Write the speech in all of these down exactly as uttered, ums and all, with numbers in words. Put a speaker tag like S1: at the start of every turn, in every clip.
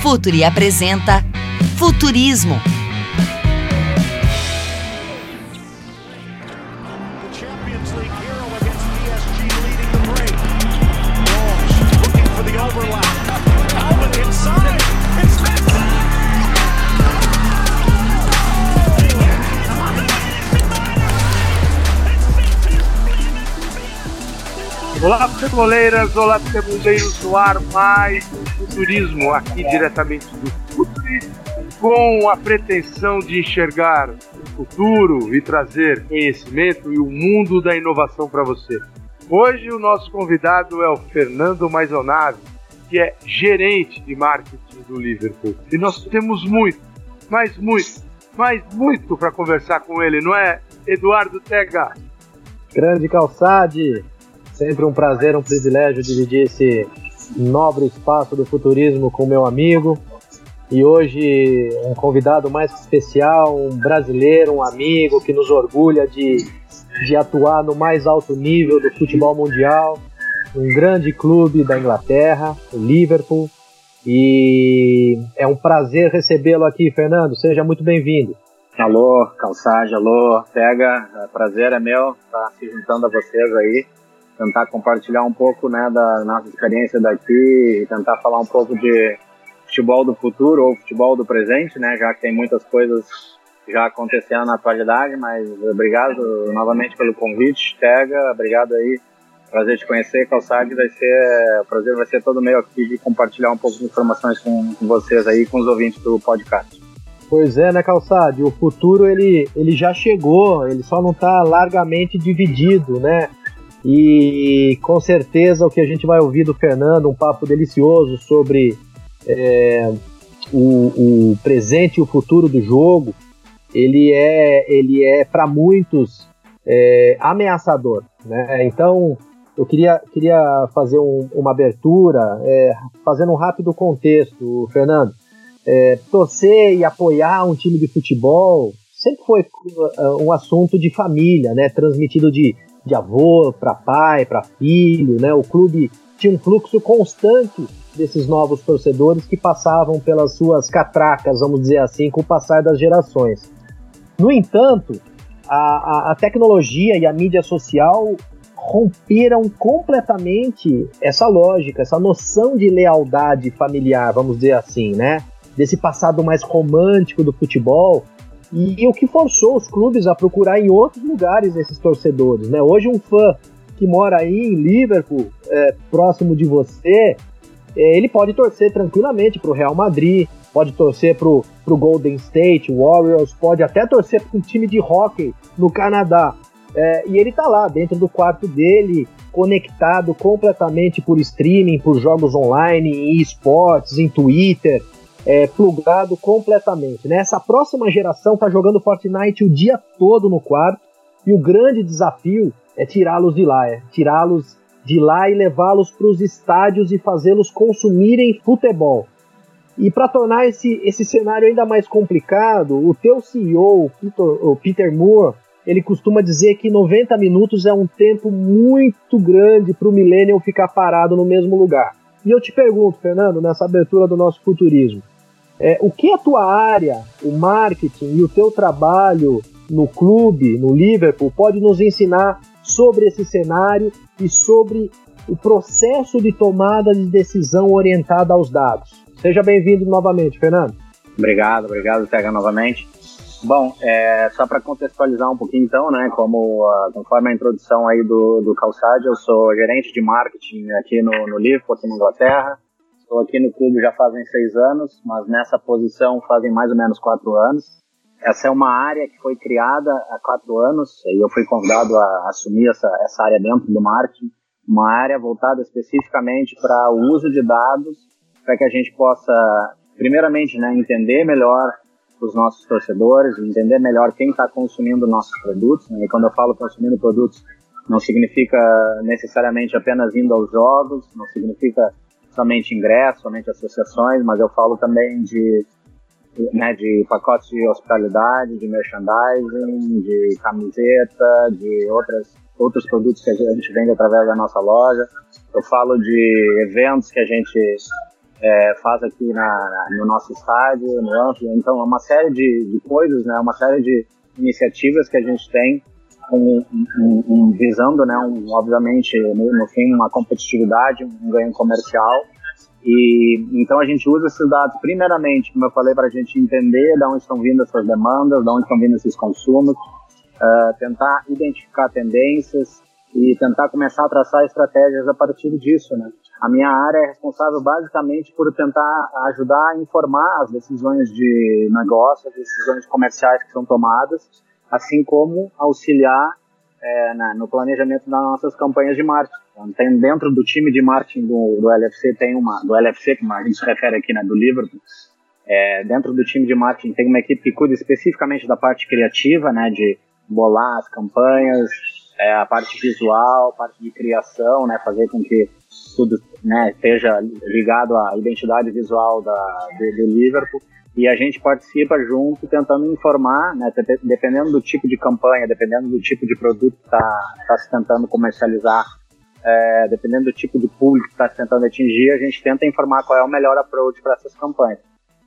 S1: Futuri apresenta Futurismo.
S2: Olá, futeboleiras, olá, futeboleiros, no ar mais um Futurismo, aqui diretamente do Futuri, com a pretensão de enxergar o futuro e trazer conhecimento e o mundo da inovação para você. Hoje o nosso convidado é o Fernando Maisonave, que é gerente de marketing do Liverpool. E nós temos muito, mas muito, mas muito para conversar com ele, não é, Eduardo Tega?
S3: Grande Calçade! Sempre um prazer, um privilégio dividir esse nobre espaço do futurismo com meu amigo. E hoje um convidado mais especial, um brasileiro, um amigo que nos orgulha de, de atuar no mais alto nível do futebol mundial, um grande clube da Inglaterra, o Liverpool. E é um prazer recebê-lo aqui, Fernando. Seja muito bem-vindo.
S4: Alô, Calçade, alô, Tega. Prazer é meu estar se juntando a vocês aí. Tentar compartilhar um pouco, né, da nossa experiência daqui e tentar falar um pouco de futebol do futuro ou futebol do presente, né, já que tem muitas coisas já acontecendo na atualidade, mas obrigado novamente pelo convite, Tega, obrigado aí, prazer te conhecer, Calçade, vai ser, o prazer vai ser todo meu aqui de compartilhar um pouco de informações com, com vocês aí, com os ouvintes do podcast.
S3: Pois é, né, Calçade, o futuro ele, ele já chegou, ele só não está largamente dividido, né? E com certeza o que a gente vai ouvir do Fernando, um papo delicioso sobre é, o, o presente e o futuro do jogo, ele é, ele é para muitos é, ameaçador, né? Então eu queria, queria fazer um, uma abertura, é, fazendo um rápido contexto, Fernando. É, torcer e apoiar um time de futebol sempre foi um assunto de família, né? Transmitido de de avô para pai, para filho, né? O clube tinha um fluxo constante desses novos torcedores que passavam pelas suas catracas, vamos dizer assim, com o passar das gerações. No entanto, a, a, a tecnologia e a mídia social romperam completamente essa lógica, essa noção de lealdade familiar, vamos dizer assim, né? Desse passado mais romântico do futebol. E, e o que forçou os clubes a procurar em outros lugares esses torcedores, né? Hoje um fã que mora aí em Liverpool, é, próximo de você, é, ele pode torcer tranquilamente para o Real Madrid, pode torcer para o Golden State Warriors, pode até torcer para um time de hóquei no Canadá. É, e ele está lá, dentro do quarto dele, conectado completamente por streaming, por jogos online, em esportes, em Twitter, É, plugado completamente, né? Essa próxima geração está jogando Fortnite o dia todo no quarto e o grande desafio é tirá-los de lá, é tirá-los de lá e levá-los para os estádios e fazê-los consumirem futebol. E para tornar esse, esse cenário ainda mais complicado, o teu C E O, o Peter, o Peter Moore, ele costuma dizer que noventa minutos é um tempo muito grande para o millennial ficar parado no mesmo lugar. E eu te pergunto, Fernando, nessa abertura do nosso futurismo, É, o que a tua área, o marketing e o teu trabalho no clube, no Liverpool, pode nos ensinar sobre esse cenário e sobre o processo de tomada de decisão orientada aos dados? Seja bem-vindo novamente, Fernando.
S4: Obrigado, obrigado, Tega, novamente. Bom, é, só para contextualizar um pouquinho então, né, como uh, conforme a introdução aí do, do Calçade, eu sou gerente de marketing aqui no, no Liverpool, aqui na Inglaterra. Estou aqui no clube já fazem seis anos, mas nessa posição fazem mais ou menos quatro anos. Essa é uma área que foi criada há quatro anos e eu fui convidado a assumir essa, essa área dentro do marketing, uma área voltada especificamente para o uso de dados, para que a gente possa, primeiramente, né, entender melhor os nossos torcedores, entender melhor quem está consumindo nossos produtos. Né? E quando eu falo consumindo produtos, não significa necessariamente apenas indo aos jogos, não significa somente ingressos, somente associações, mas eu falo também de, né, de pacotes de hospitalidade, de merchandising, de camiseta, de outras, outros produtos que a gente vende através da nossa loja. Eu falo de eventos que a gente é, faz aqui na, na, no nosso estádio, no Ampli. Então é uma série de, de coisas, né, uma série de iniciativas que a gente tem um, um, um, visando, né, um, obviamente, no, no fim, uma competitividade, um ganho comercial. E então a gente usa esses dados primeiramente, como eu falei, para a gente entender de onde estão vindo essas demandas, de onde estão vindo esses consumos, uh, tentar identificar tendências e tentar começar a traçar estratégias a partir disso, né? A minha área é responsável basicamente por tentar ajudar a informar as decisões de negócio, as decisões comerciais que são tomadas, assim como auxiliar é, na, no planejamento das nossas campanhas de marketing. Então, tem dentro do time de marketing do, do L F C, tem uma, do L F C, que a gente se refere aqui, né, do Liverpool, é, dentro do time de marketing tem uma equipe que cuida especificamente da parte criativa, né, de bolar as campanhas, é, a parte visual, a parte de criação, né, fazer com que tudo, né, esteja ligado à identidade visual da, do, do Liverpool. E a gente participa junto, tentando informar, né, dependendo do tipo de campanha, dependendo do tipo de produto que está tá se tentando comercializar, é, dependendo do tipo de público que está se tentando atingir, a gente tenta informar qual é o melhor approach para essas campanhas.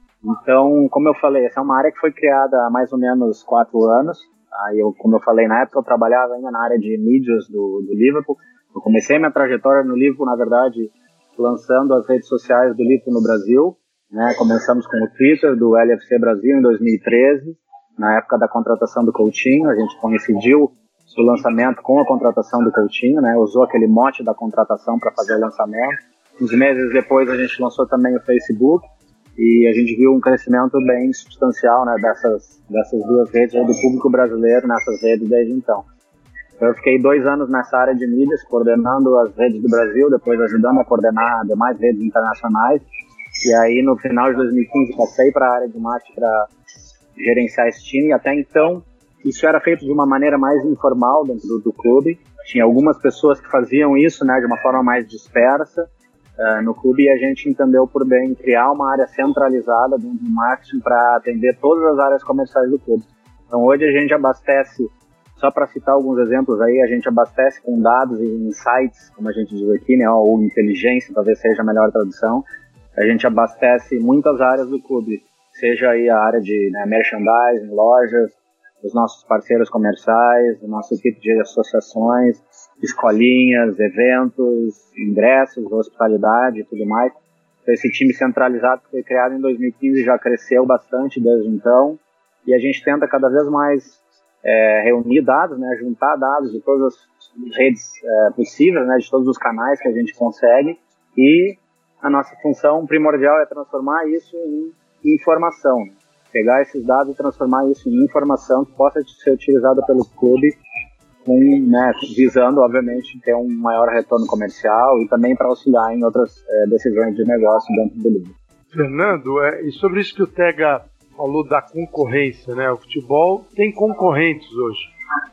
S4: Então, como eu falei, essa é uma área que foi criada há mais ou menos quatro anos. Aí eu, como eu falei, na época eu trabalhava ainda na área de mídias do, do Liverpool. Eu comecei minha trajetória no Liverpool, na verdade, lançando as redes sociais do Liverpool no Brasil. Né, começamos com o Twitter do L F C Brasil em dois mil e treze, na época da contratação do Coutinho. A gente coincidiu o lançamento com a contratação do Coutinho, né, usou aquele mote da contratação para fazer o lançamento. Uns meses depois a gente lançou também o Facebook e a gente viu um crescimento bem substancial, né, dessas, dessas duas redes do público brasileiro nessas redes desde então. Eu fiquei dois anos nessa área de mídias, coordenando as redes do Brasil, depois ajudando a coordenar demais redes internacionais. E aí, no final de dois mil e quinze, passei para a área de marketing para gerenciar esse time. Até então, isso era feito de uma maneira mais informal dentro do, do clube. Tinha algumas pessoas que faziam isso, né, de uma forma mais dispersa uh, no clube, e a gente entendeu por bem criar uma área centralizada dentro do marketing para atender todas as áreas comerciais do clube. Então, hoje a gente abastece, só para citar alguns exemplos aí, a gente abastece com dados e insights, como a gente diz aqui, né, ou inteligência, talvez seja a melhor tradução. A gente abastece muitas áreas do clube, seja aí a área de, né, merchandising, lojas, os nossos parceiros comerciais, a nossa equipe de associações, escolinhas, eventos, ingressos, hospitalidade e tudo mais. Então, esse time centralizado que foi criado em dois mil e quinze já cresceu bastante desde então, e a gente tenta cada vez mais é, reunir dados, né, juntar dados de todas as redes é, possíveis, né, de todos os canais que a gente consegue, e a nossa função primordial é transformar isso em informação. Pegar esses dados e transformar isso em informação que possa ser utilizada pelo clube, com, né, visando, obviamente, ter um maior retorno comercial e também para auxiliar em outras é, decisões de negócio dentro do livro.
S2: Fernando, é, e sobre isso que o Tega falou da concorrência, né? O futebol tem concorrentes hoje.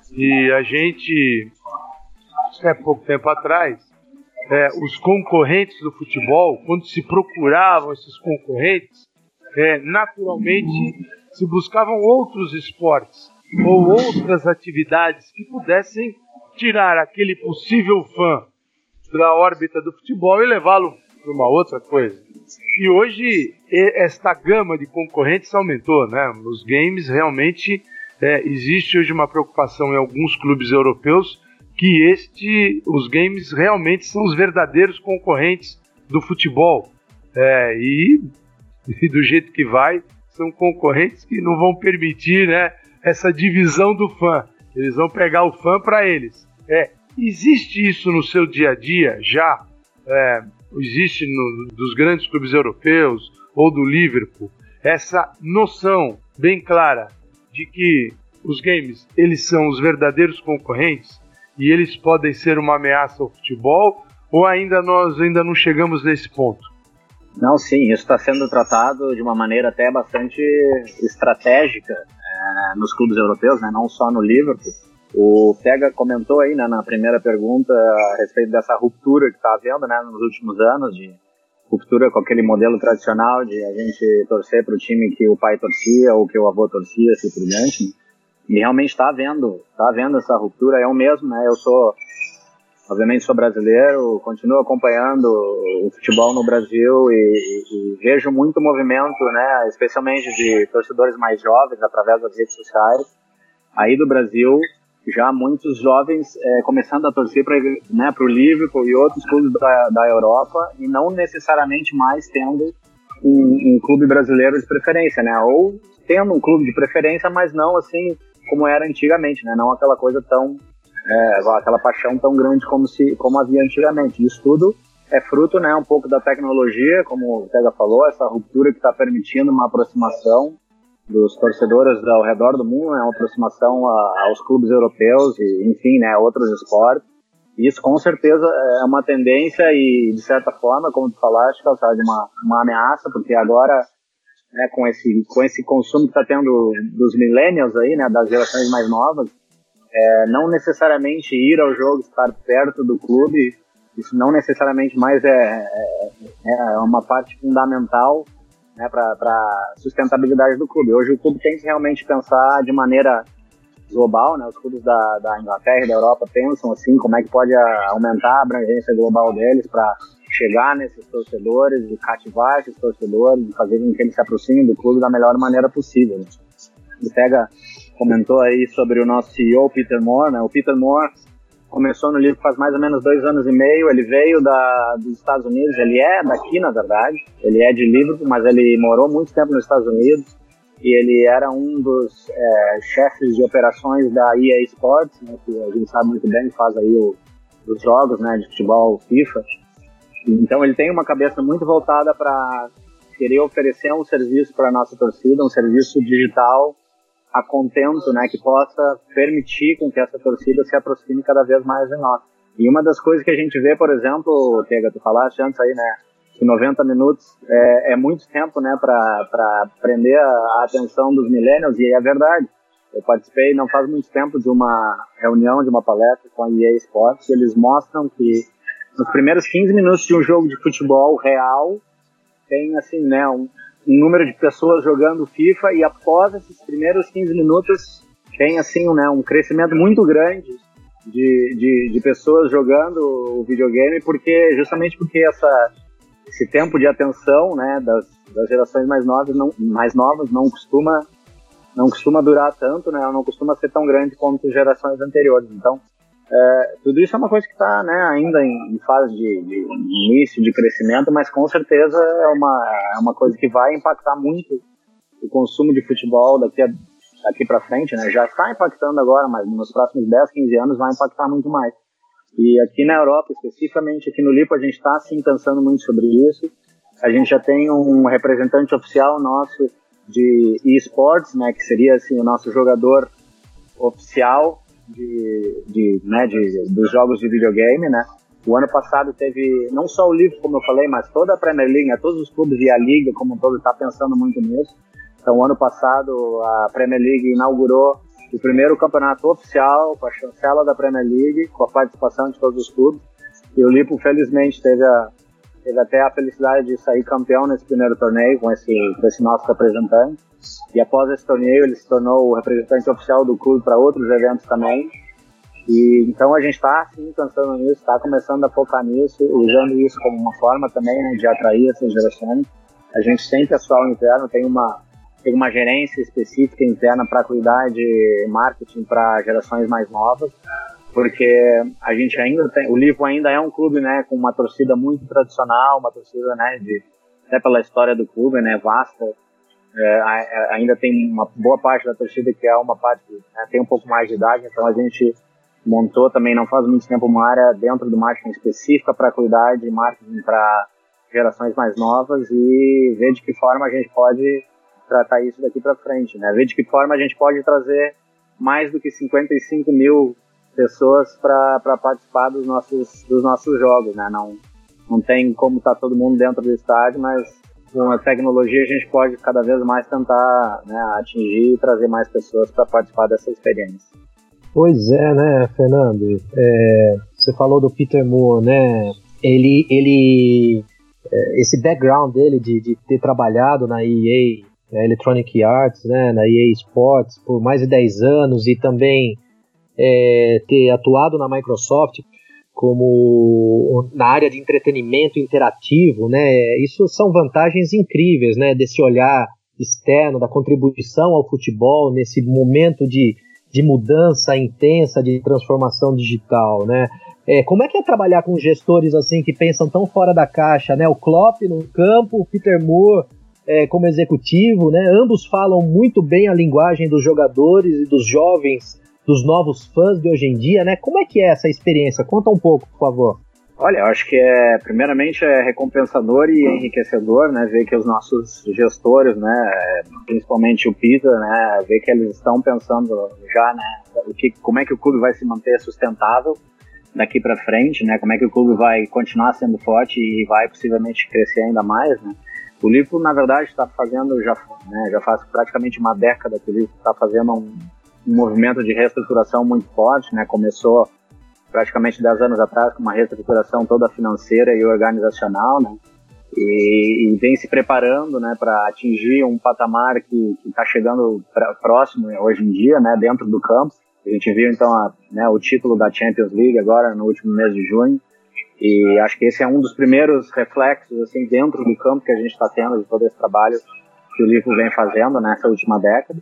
S2: E a gente, até pouco tempo atrás, É, os concorrentes do futebol, quando se procuravam esses concorrentes, é, naturalmente se buscavam outros esportes ou outras atividades que pudessem tirar aquele possível fã da órbita do futebol e levá-lo para uma outra coisa. E hoje esta gama de concorrentes aumentou, né? Nos games realmente é, existe hoje uma preocupação em alguns clubes europeus que este, os games realmente são os verdadeiros concorrentes do futebol. É, e, e do jeito que vai, são concorrentes que não vão permitir, né, essa divisão do fã. Eles vão pegar o fã para eles. É, existe isso no seu dia a dia já? É, existe no, dos grandes clubes europeus ou do Liverpool essa noção bem clara de que os games, eles são os verdadeiros concorrentes e eles podem ser uma ameaça ao futebol, ou ainda nós ainda não chegamos nesse ponto?
S4: Não, sim, isso está sendo tratado de uma maneira até bastante estratégica é, nos clubes europeus, né, não só no Liverpool. O Tega comentou aí, né, na primeira pergunta a respeito dessa ruptura que está havendo, né, nos últimos anos, de ruptura com aquele modelo tradicional de a gente torcer para o time que o pai torcia ou que o avô torcia, assim por diante. E realmente está havendo, está havendo essa ruptura. Eu mesmo, né, eu sou obviamente sou brasileiro, continuo acompanhando o futebol no Brasil e, e, e vejo muito movimento, né, especialmente de torcedores mais jovens através das redes sociais aí do Brasil, já muitos jovens é, começando a torcer para, né, o Liverpool e outros clubes da, da Europa e não necessariamente mais tendo um, um clube brasileiro de preferência, né, ou tendo um clube de preferência, mas não assim como era antigamente, né, não aquela coisa tão, é, aquela paixão tão grande como, se, como havia antigamente. Isso tudo é fruto, né, um pouco da tecnologia, como o Tega falou, essa ruptura que está permitindo uma aproximação dos torcedores ao redor do mundo, né, uma aproximação a, aos clubes europeus e, enfim, né, outros esportes. E isso com certeza é uma tendência e, de certa forma, como tu falaste, Calçado, uma, uma ameaça, porque agora, né, com esse, com esse consumo que está tendo dos millennials aí, né, das gerações mais novas, é, não necessariamente ir ao jogo, estar perto do clube, isso não necessariamente mais é, é, é uma parte fundamental, né, para a sustentabilidade do clube. Hoje o clube tem que realmente pensar de maneira global, né, os clubes da, da Inglaterra e da Europa pensam assim, como é que pode a, aumentar a abrangência global deles para chegar nesses torcedores e cativar esses torcedores e fazer com que eles se aproximem do clube da melhor maneira possível. Né. O Tega comentou aí sobre o nosso C E O, Peter Moore, né, o Peter Moore começou no livro faz mais ou menos dois anos e meio, ele veio da, dos Estados Unidos, ele é daqui na verdade, ele é de Liverpool, mas ele morou muito tempo nos Estados Unidos e ele era um dos é, chefes de operações da E A Sports, né, que a gente sabe muito bem, faz aí o, os jogos, né, de futebol FIFA. Então ele tem uma cabeça muito voltada para querer oferecer um serviço para a nossa torcida, um serviço digital a contento, né, que possa permitir com que essa torcida se aproxime cada vez mais de nós. E uma das coisas que a gente vê, por exemplo, Tega, tu falaste antes aí, né, que noventa minutos é, é muito tempo, né, para prender a, a atenção dos millennials, e é verdade. Eu participei não faz muito tempo de uma reunião, de uma palestra com a E A Sports, e eles mostram que nos primeiros quinze minutos de um jogo de futebol real, tem assim, né, um um número de pessoas jogando FIFA, e após esses primeiros quinze minutos tem assim, né, um crescimento muito grande de, de, de pessoas jogando o videogame, porque, justamente porque essa, esse tempo de atenção, né, das, das gerações mais novas, não, mais novas não costuma, não costuma durar tanto, né, não costuma ser tão grande quanto as gerações anteriores. Então, é, tudo isso é uma coisa que está, né, ainda em, em fase de, de início, de crescimento, mas com certeza é uma, é uma coisa que vai impactar muito o consumo de futebol daqui, a, daqui para frente, né? Já está impactando agora, mas nos próximos dez, quinze anos vai impactar muito mais. E aqui na Europa, especificamente aqui no Liverpool, a gente está sim pensando muito sobre isso. A gente já tem um representante oficial nosso de eSports, né, que seria assim, o nosso jogador oficial De, de, né, de, dos jogos de videogame, né? O ano passado teve não só o Liverpool, como eu falei, mas toda a Premier League, né, todos os clubes e a Liga como um todo está pensando muito nisso. Então, o ano passado a Premier League inaugurou o primeiro campeonato oficial com a chancela da Premier League, com a participação de todos os clubes. E o Liverpool, felizmente, teve, a, teve até a felicidade de sair campeão nesse primeiro torneio com esse, com esse nosso representante. E após esse torneio ele se tornou o representante oficial do clube para outros eventos também. E então a gente está sim pensando nisso, está começando a focar nisso, usando isso como uma forma também, né, de atrair essas gerações. A gente tem pessoal interno, tem uma, tem uma gerência específica interna para cuidar de marketing para gerações mais novas, porque a gente ainda tem, o Liverpool ainda é um clube, né, com uma torcida muito tradicional, uma torcida, né, de, até pela história do clube, né, vasta. É, ainda tem uma boa parte da torcida que é uma parte, né, tem um pouco mais de idade, então a gente montou também não faz muito tempo uma área dentro do marketing específica para cuidar de marketing para gerações mais novas e ver de que forma a gente pode tratar isso daqui para frente, né? Ver de que forma a gente pode trazer mais do que cinquenta e cinco mil pessoas para participar dos nossos, dos nossos jogos, né? Não, não tem como estar tá todo mundo dentro do estádio, mas com a tecnologia a gente pode cada vez mais tentar, né, atingir e trazer mais pessoas para participar dessa experiência.
S3: Pois é, né, Fernando? É, você falou do Peter Moore, né? Ele, ele, esse background dele de, de ter trabalhado na E A, na Electronic Arts, né, na E A Sports por mais de dez anos e também é, ter atuado na Microsoft como na área de entretenimento interativo, né? Isso são vantagens incríveis, né? Desse olhar externo, da contribuição ao futebol nesse momento de, de mudança intensa, de transformação digital, né? É, como é que é trabalhar com gestores assim que pensam tão fora da caixa, né? O Klopp no campo, o Peter Moore é, como executivo, né? Ambos falam muito bem a linguagem dos jogadores e dos jovens, dos novos fãs de hoje em dia, né? Como é que é essa experiência? Conta um pouco, por favor.
S4: Olha, eu acho que é, primeiramente é recompensador e enriquecedor, né, ver que os nossos gestores, né, principalmente o Peter, né, ver que eles estão pensando já, né, o que, como é que o clube vai se manter sustentável daqui para frente, né, como é que o clube vai continuar sendo forte e vai possivelmente crescer ainda mais, né. O Liverpool, na verdade, está fazendo, já, né, já faz praticamente uma década que o Liverpool está fazendo um, um movimento de reestruturação muito forte, né, começou praticamente dez anos atrás, com uma reestruturação toda financeira e organizacional, né? E, e vem se preparando, né, para atingir um patamar que está chegando pra, próximo hoje em dia, né, dentro do campo. A gente viu então a, né, o título da Champions League agora no último mês de junho, e acho que esse é um dos primeiros reflexos assim dentro do campo que a gente está tendo de todo esse trabalho que o Liverpool vem fazendo nessa última década.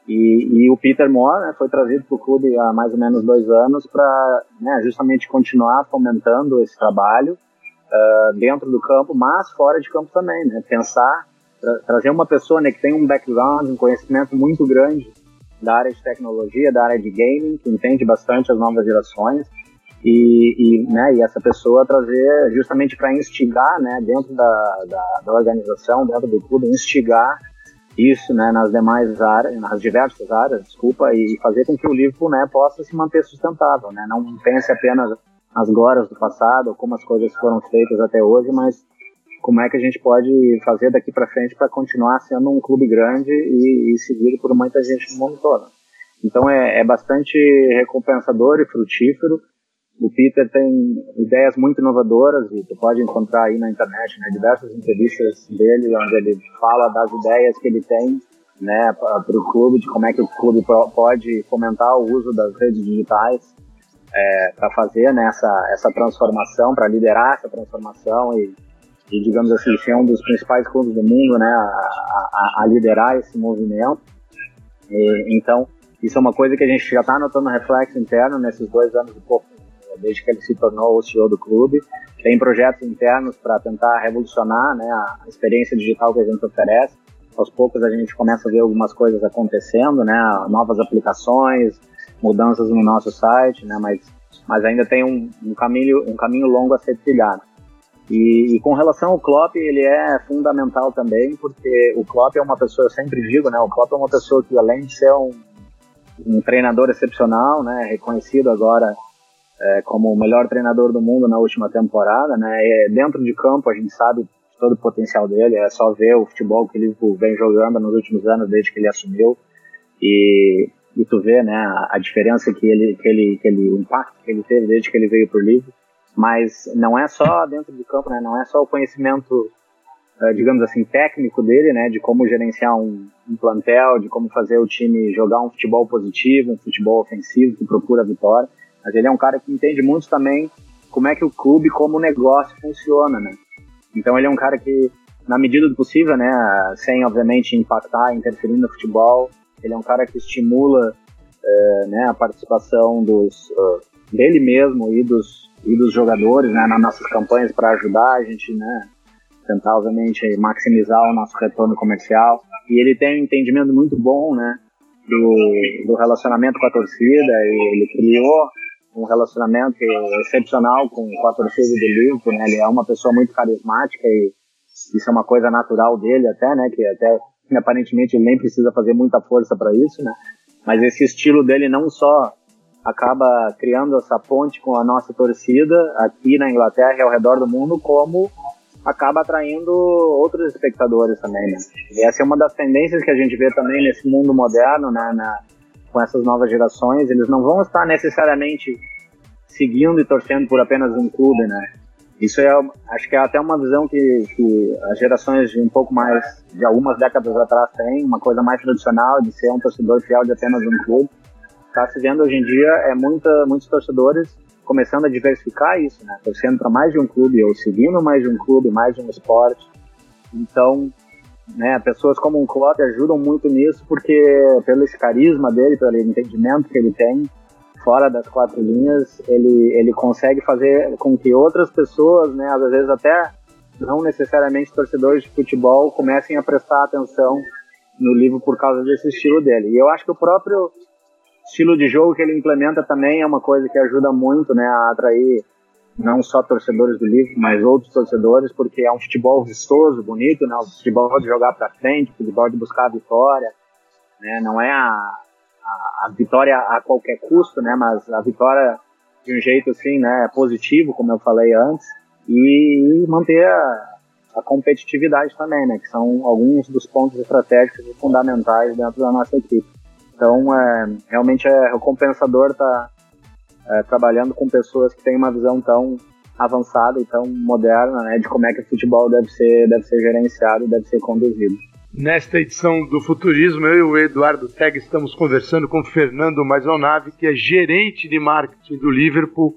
S4: E, e o Peter Moore, né, foi trazido para o clube há mais ou menos dois anos para, né, justamente continuar fomentando esse trabalho uh, dentro do campo, mas fora de campo também, né, pensar, tra trazer uma pessoa, né, que tem um background, um conhecimento muito grande da área de tecnologia, da área de gaming, que entende bastante as novas gerações, e, e, né, e essa pessoa trazer justamente para instigar, né, dentro da, da, da organização, dentro do clube, instigar isso, né, nas demais áreas, nas diversas áreas, desculpa, e fazer com que o Liverpool, né, possa se manter sustentável, né, não pense apenas nas glórias do passado, como as coisas foram feitas até hoje, mas como é que a gente pode fazer daqui para frente para continuar sendo um clube grande e, e seguido por muita gente no mundo todo. Então é, é bastante recompensador e frutífero. O Peter tem ideias muito inovadoras e tu pode encontrar aí na internet, né, diversas entrevistas dele onde ele fala das ideias que ele tem, né, para o clube, de como é que o clube pode fomentar o uso das redes digitais é, para fazer, né, essa, essa transformação, para liderar essa transformação e, e, digamos assim, ser um dos principais clubes do mundo, né, a, a, a liderar esse movimento. E, então, isso é uma coisa que a gente já está notando reflexo interno nesses dois anos e pouco, desde que ele se tornou o C E O do clube. Tem projetos internos para tentar revolucionar, né, a experiência digital que a gente oferece. Aos poucos a gente começa a ver algumas coisas acontecendo, né, novas aplicações, mudanças no nosso site, né, mas, mas ainda tem um, um, caminho, um caminho longo a ser trilhado. E, e com relação ao Klopp, ele é fundamental também, porque o Klopp é uma pessoa, eu sempre digo, né, o Klopp é uma pessoa que, além de ser um, um treinador excepcional, né, reconhecido agora É, como o melhor treinador do mundo na última temporada, né? E dentro de campo a gente sabe todo o potencial dele, é só ver o futebol que ele vem jogando nos últimos anos desde que ele assumiu e, e tu vê, né, a, a diferença que ele, que ele, que ele, o impacto que ele teve desde que ele veio pro Liverpool. Mas não é só dentro de campo, né? Não é só o conhecimento, é, digamos assim, técnico dele, né, de como gerenciar um, um plantel, de como fazer o time jogar um futebol positivo, um futebol ofensivo que procura a vitória. Mas ele é um cara que entende muito também como é que o clube, como o negócio funciona, né? Então ele é um cara que, na medida do possível, né, sem obviamente impactar, interferir no futebol, ele é um cara que estimula é, né, a participação dos, uh, dele mesmo e dos, e dos jogadores, né, nas nossas campanhas para ajudar a gente, né, tentar obviamente maximizar o nosso retorno comercial. E ele tem um entendimento muito bom, né, do, do relacionamento com a torcida, e ele criou um relacionamento excepcional com, com a torcida do Liverpool, né? Ele é uma pessoa muito carismática e isso é uma coisa natural dele até, né? Que até aparentemente ele nem precisa fazer muita força para isso, né? Mas esse estilo dele não só acaba criando essa ponte com a nossa torcida aqui na Inglaterra e ao redor do mundo, como acaba atraindo outros espectadores também, né? E essa é uma das tendências que a gente vê também nesse mundo moderno, né? Na, com essas novas gerações, eles não vão estar necessariamente seguindo e torcendo por apenas um clube, né? Isso é, acho que é até uma visão que, que as gerações de um pouco mais, de algumas décadas atrás têm, uma coisa mais tradicional de ser um torcedor fiel de apenas um clube. Está se vendo hoje em dia é muita, muitos torcedores começando a diversificar isso, né? Torcendo para mais de um clube, ou seguindo mais de um clube, mais de um esporte. Então, né, pessoas como o Klopp ajudam muito nisso, porque pelo esse carisma dele, pelo entendimento que ele tem, fora das quatro linhas, ele, ele consegue fazer com que outras pessoas, né, às vezes até não necessariamente torcedores de futebol, comecem a prestar atenção no livro por causa desse estilo dele. E eu acho que o próprio estilo de jogo que ele implementa também é uma coisa que ajuda muito, né, a atrair não só torcedores do livro, mas outros torcedores, porque é um futebol vistoso, bonito, né, um futebol de jogar para frente, futebol de buscar a vitória, né, não é a, a, a vitória a qualquer custo, né, mas a vitória de um jeito assim, né, positivo, como eu falei antes, e manter a, a competitividade também, né, que são alguns dos pontos estratégicos e fundamentais dentro da nossa equipe. Então, é, realmente é recompensador estar é, trabalhando com pessoas que têm uma visão tão avançada e tão moderna, né, de como é que o futebol deve ser, deve ser gerenciado e deve ser conduzido.
S2: Nesta edição do Futurismo, eu e o Eduardo Teg estamos conversando com Fernando Maisonave, que é gerente de marketing do Liverpool.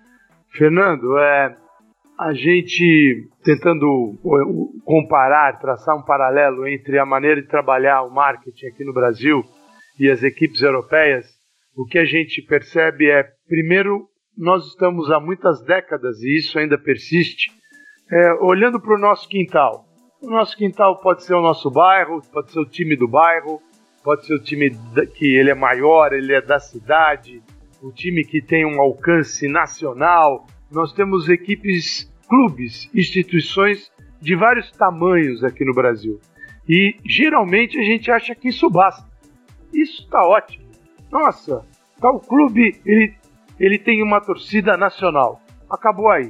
S2: Fernando, é, a gente tentando comparar, traçar um paralelo entre a maneira de trabalhar o marketing aqui no Brasil e as equipes europeias, o que a gente percebe é, primeiro, nós estamos há muitas décadas, e isso ainda persiste, é, olhando para o nosso quintal. O nosso quintal pode ser o nosso bairro, pode ser o time do bairro, pode ser o time que ele é maior, ele é da cidade, o time que tem um alcance nacional. Nós temos equipes, clubes, instituições de vários tamanhos aqui no Brasil. E geralmente a gente acha que isso basta. Isso está ótimo. Nossa, tal clube, ele, ele tem uma torcida nacional. Acabou aí.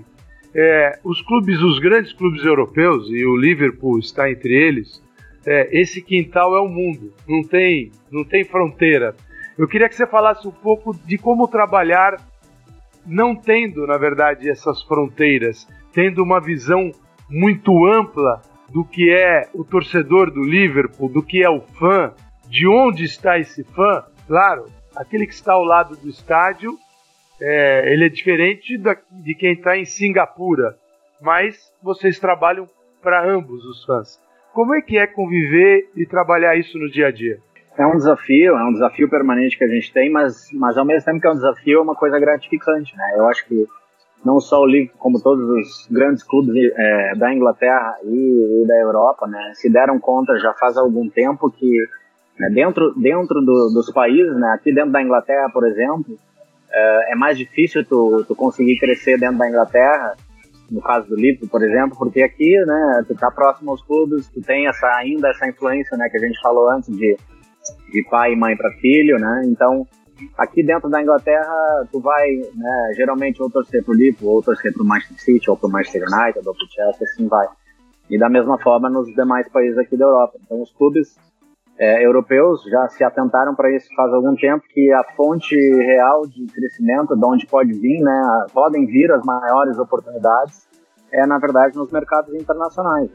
S2: É, os clubes, os grandes clubes europeus, e o Liverpool está entre eles, é, esse quintal é o mundo. Não tem, não tem fronteira. Eu queria que você falasse um pouco de como trabalhar não tendo, na verdade, essas fronteiras, tendo uma visão muito ampla do que é o torcedor do Liverpool, do que é o fã, de onde está esse fã. Claro, aquele que está ao lado do estádio, é, ele é diferente da, de quem está em Singapura, mas vocês trabalham para ambos os fãs. Como é que é conviver e trabalhar isso no dia a dia?
S4: É um desafio, é um desafio permanente que a gente tem, mas, mas ao mesmo tempo que é um desafio, é uma coisa gratificante, né? Eu acho que não só o Liverpool, como todos os grandes clubes é, da Inglaterra e, e da Europa, né, se deram conta já faz algum tempo que, né, dentro, dentro do, dos países, né, aqui dentro da Inglaterra, por exemplo, é, é mais difícil tu, tu conseguir crescer dentro da Inglaterra, no caso do Liverpool, por exemplo, porque aqui, né, tu tá próximo aos clubes, tu tem essa, ainda essa influência, né, que a gente falou antes de, de pai e mãe para filho, né, então aqui dentro da Inglaterra tu vai, né, geralmente ou torcer pro Liverpool, ou torcer pro Manchester City, ou pro Manchester United, ou pro Chelsea, assim vai. E da mesma forma nos demais países aqui da Europa. Então os clubes é, europeus já se atentaram para isso faz algum tempo, que a fonte real de crescimento, de onde pode vir, né, podem vir as maiores oportunidades, é na verdade nos mercados internacionais.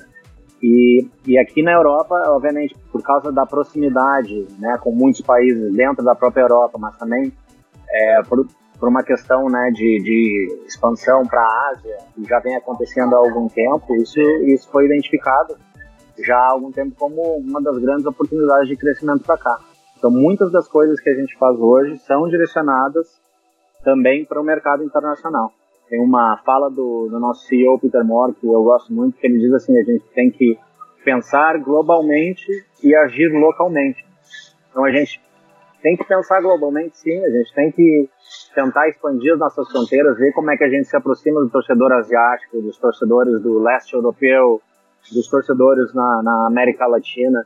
S4: E, e aqui na Europa, obviamente, por causa da proximidade, né, com muitos países dentro da própria Europa, mas também é, por, por uma questão, né, de, de expansão para a Ásia, que já vem acontecendo há algum tempo, isso, isso foi identificado já há algum tempo como uma das grandes oportunidades de crescimento para cá. Então, muitas das coisas que a gente faz hoje são direcionadas também para o mercado internacional. Tem uma fala do, do nosso C E O, Peter Moore, que eu gosto muito, que ele diz assim, a gente tem que pensar globalmente e agir localmente. Então a gente tem que pensar globalmente, sim, a gente tem que tentar expandir as nossas fronteiras, ver como é que a gente se aproxima do torcedor asiático, dos torcedores do leste europeu, dos torcedores na, na América Latina,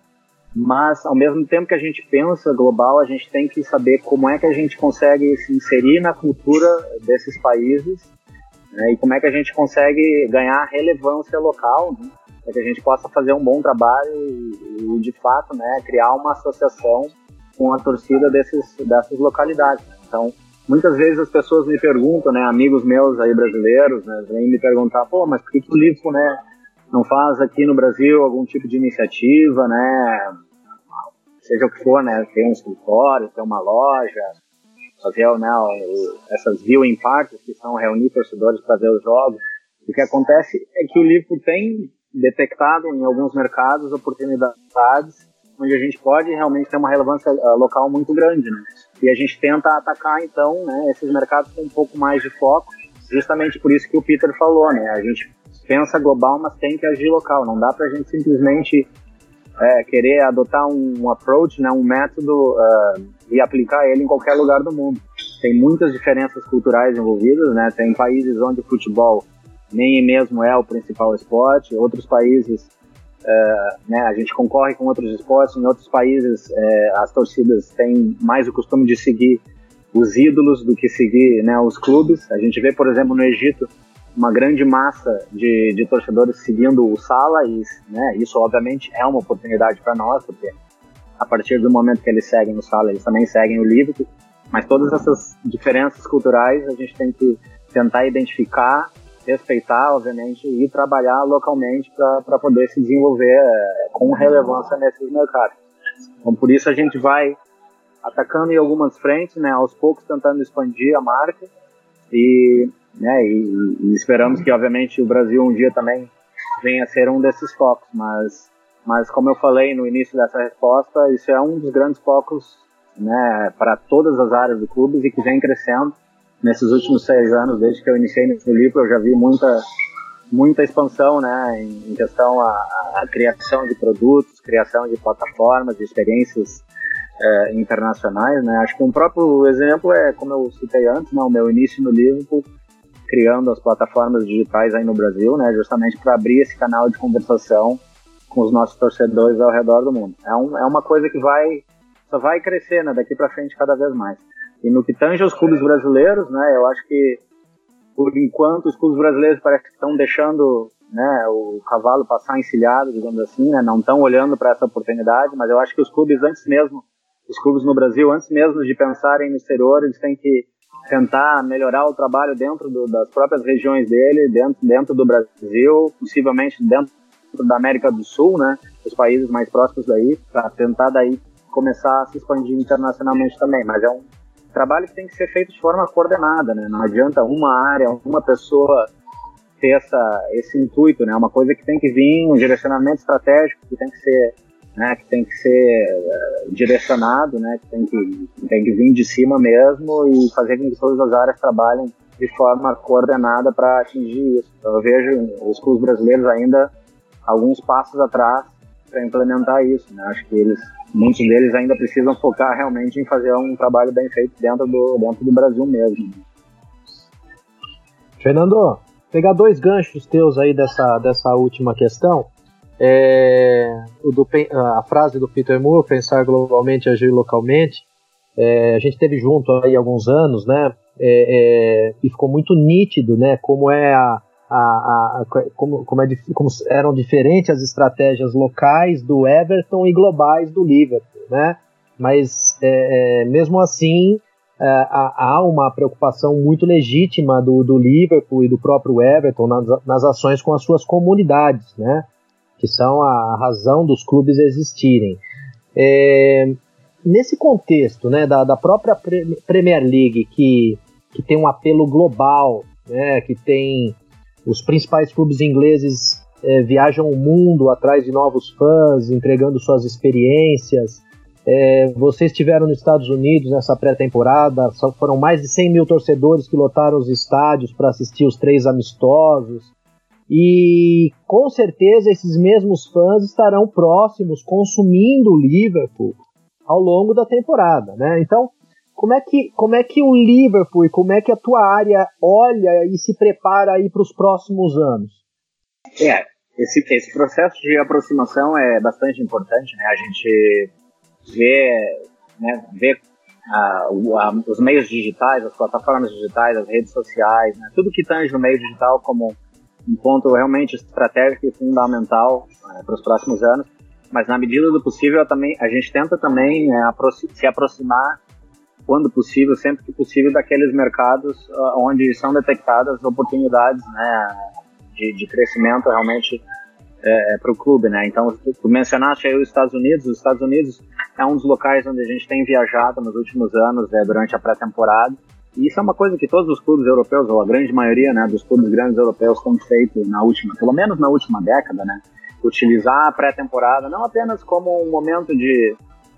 S4: mas ao mesmo tempo que a gente pensa global, a gente tem que saber como é que a gente consegue se inserir na cultura desses países, né, e como é que a gente consegue ganhar relevância local, né, para que a gente possa fazer um bom trabalho e, e de fato, né, criar uma associação com a torcida desses, dessas localidades. Então, muitas vezes as pessoas me perguntam, né, amigos meus aí brasileiros, né, vêm me perguntar, pô, mas por que, que o Liverpool, né, não faz aqui no Brasil algum tipo de iniciativa, né, seja o que for, né, ter um escritório, ter uma loja, fazer, né, essas viewing parties, que são reunir torcedores para ver os jogos. O que acontece é que o Liverpool tem detectado em alguns mercados oportunidades onde a gente pode realmente ter uma relevância uh, local muito grande, né? E a gente tenta atacar, então, né, esses mercados com um pouco mais de foco, justamente por isso que o Peter falou, né? A gente pensa global, mas tem que agir local. Não dá pra gente simplesmente é, querer adotar um, um approach, né, um método uh, e aplicar ele em qualquer lugar do mundo. Tem muitas diferenças culturais envolvidas, né? Tem países onde o futebol nem mesmo é o principal esporte, outros países, uh, né, a gente concorre com outros esportes, em outros países uh, as torcidas têm mais o costume de seguir os ídolos do que seguir, né, os clubes. A gente vê, por exemplo, no Egito, uma grande massa de, de torcedores seguindo o Salah, e, né, isso obviamente é uma oportunidade para nós, porque a partir do momento que eles seguem o Salah, eles também seguem o Liverpool, mas todas essas diferenças culturais a gente tem que tentar identificar, respeitar, obviamente, e trabalhar localmente para poder se desenvolver é, com relevância nesses mercados. Então, por isso a gente vai atacando em algumas frentes, né, aos poucos tentando expandir a marca e, né, e, e esperamos que, obviamente, o Brasil um dia também venha a ser um desses focos, mas, mas como eu falei no início dessa resposta, isso é um dos grandes focos, né, para todas as áreas do clube e que vem crescendo. Nesses últimos seis anos, desde que eu iniciei no Liverpool, eu já vi muita, muita expansão, né, em, em questão a, a criação de produtos, criação de plataformas, de experiências é, internacionais, né. Acho que um próprio exemplo é, como eu citei antes, né, o meu início no Liverpool, criando as plataformas digitais aí no Brasil, né, justamente para abrir esse canal de conversação com os nossos torcedores ao redor do mundo. É, um, é uma coisa que vai, só vai crescer, né, daqui para frente cada vez mais. E no que tange aos clubes brasileiros, né, eu acho que, por enquanto, os clubes brasileiros parece que estão deixando, né, o cavalo passar encilhado, digamos assim, né, não estão olhando para essa oportunidade, mas eu acho que os clubes, antes mesmo, os clubes no Brasil, antes mesmo de pensarem no exterior, eles têm que tentar melhorar o trabalho dentro do, das próprias regiões dele, dentro, dentro do Brasil, possivelmente dentro da América do Sul, né, os países mais próximos daí, para tentar daí começar a se expandir internacionalmente também, mas é um trabalho que tem que ser feito de forma coordenada, né? Não adianta uma área, uma pessoa ter essa, esse intuito, né? Uma coisa que tem que vir, um direcionamento estratégico que tem que ser, né? Que tem que ser uh, direcionado, né? Que tem que, tem que vir de cima mesmo e fazer com que todas as áreas trabalhem de forma coordenada para atingir isso. Então, eu vejo os clubes brasileiros ainda alguns passos atrás para implementar isso, né? Acho que eles muitos deles ainda precisam focar realmente em fazer um trabalho bem feito dentro do, dentro do Brasil mesmo.
S3: Fernando, pegar dois ganchos teus aí dessa, dessa última questão, é, o do, a frase do Peter Moore, pensar globalmente, agir localmente, é, a gente teve junto aí alguns anos, né, é, é, e ficou muito nítido, né, como é a A, a, a, como, como, é, como eram diferentes as estratégias locais do Everton e globais do Liverpool, né? Mas é, é, mesmo assim é, há, há uma preocupação muito legítima do, do Liverpool e do próprio Everton nas, nas ações com as suas comunidades, né? Que são a razão dos clubes existirem. É, nesse contexto, né, da, da própria Premier League, que, que tem um apelo global, né, que tem os principais clubes ingleses é, viajam o mundo atrás de novos fãs, entregando suas experiências. É, vocês estiveram nos Estados Unidos nessa pré-temporada, foram mais de cem mil torcedores que lotaram os estádios para assistir os três amistosos. E com certeza esses mesmos fãs estarão próximos, consumindo o Liverpool ao longo da temporada, né? Então, Como é, que, como é que o Liverpool e como é que a tua área olha e se prepara aí para os próximos anos?
S4: É, esse, esse processo de aproximação é bastante importante, né? A gente vê, né, vê a, a, os meios digitais, as plataformas digitais, as redes sociais, né, tudo que tange no meio digital como um ponto realmente estratégico e fundamental, né, para os próximos anos. Mas na medida do possível, também, a gente tenta também, né, aproxim, se aproximar quando possível, sempre que possível, daqueles mercados uh, onde são detectadas oportunidades, né, de, de crescimento realmente é, para o clube, né? Então, tu mencionaste aí os Estados Unidos. Os Estados Unidos é um dos locais onde a gente tem viajado nos últimos anos, né, durante a pré-temporada. E isso é uma coisa que todos os clubes europeus, ou a grande maioria, né, dos clubes grandes europeus têm feito na última, pelo menos na última década, né? Utilizar a pré-temporada não apenas como um momento de,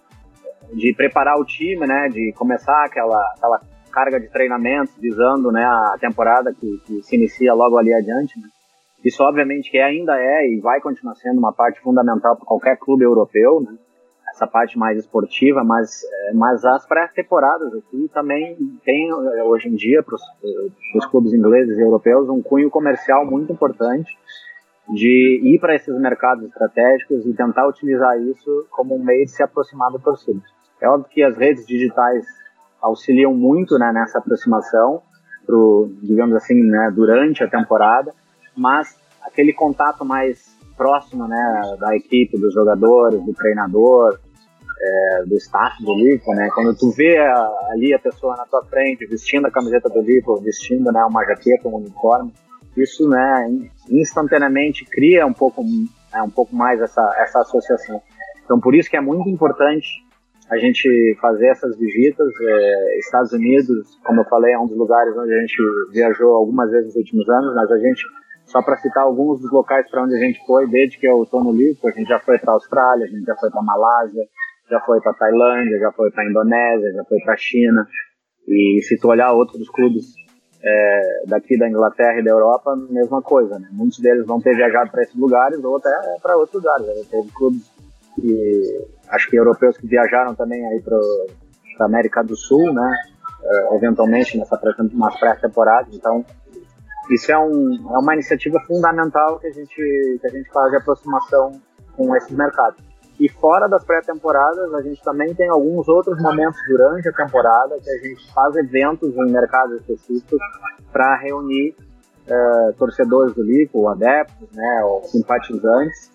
S4: de preparar o time, né? De começar aquela, aquela carga de treinamentos visando, né, a temporada que, que se inicia logo ali adiante, né? Isso obviamente que ainda é e vai continuar sendo uma parte fundamental para qualquer clube europeu, né? Essa parte mais esportiva, mas, mas as pré-temporadas aqui também tem hoje em dia para os clubes ingleses e europeus um cunho comercial muito importante de ir para esses mercados estratégicos e tentar utilizar isso como um meio de se aproximar da torcida. É óbvio que as redes digitais auxiliam muito, né, nessa aproximação, pro, digamos assim, né, durante a temporada, mas aquele contato mais próximo, né, da equipe, dos jogadores, do treinador, é, do staff do Liverpool, né, quando tu vê a, ali a pessoa na tua frente vestindo a camiseta do Liverpool, vestindo, né, uma jaqueta, um uniforme, isso, né, instantaneamente cria um pouco, né, um pouco mais essa, essa associação. Então, por isso que é muito importante a gente fazer essas visitas. É, Estados Unidos, como eu falei, é um dos lugares onde a gente viajou algumas vezes nos últimos anos, mas a gente, só para citar alguns dos locais para onde a gente foi, desde que eu estou no Liverpool, a gente já foi para a Austrália, a gente já foi para a Malásia, já foi para a Tailândia, já foi para a Indonésia, já foi para a China. E se tu olhar outros clubes é, daqui da Inglaterra e da Europa, mesma coisa, né? Muitos deles vão ter viajado para esses lugares ou até para outros lugares. Né? Teve clubes que, acho que europeus que viajaram também aí para a América do Sul, né? É, eventualmente nessa pré, nas pré-temporadas. Então, isso é, um, é uma iniciativa fundamental que a gente, que a gente faz de aproximação com esses mercados. E fora das pré-temporadas, a gente também tem alguns outros momentos durante a temporada que a gente faz eventos em mercados específicos para reunir uh, torcedores do Liverpool, adeptos, né, ou simpatizantes.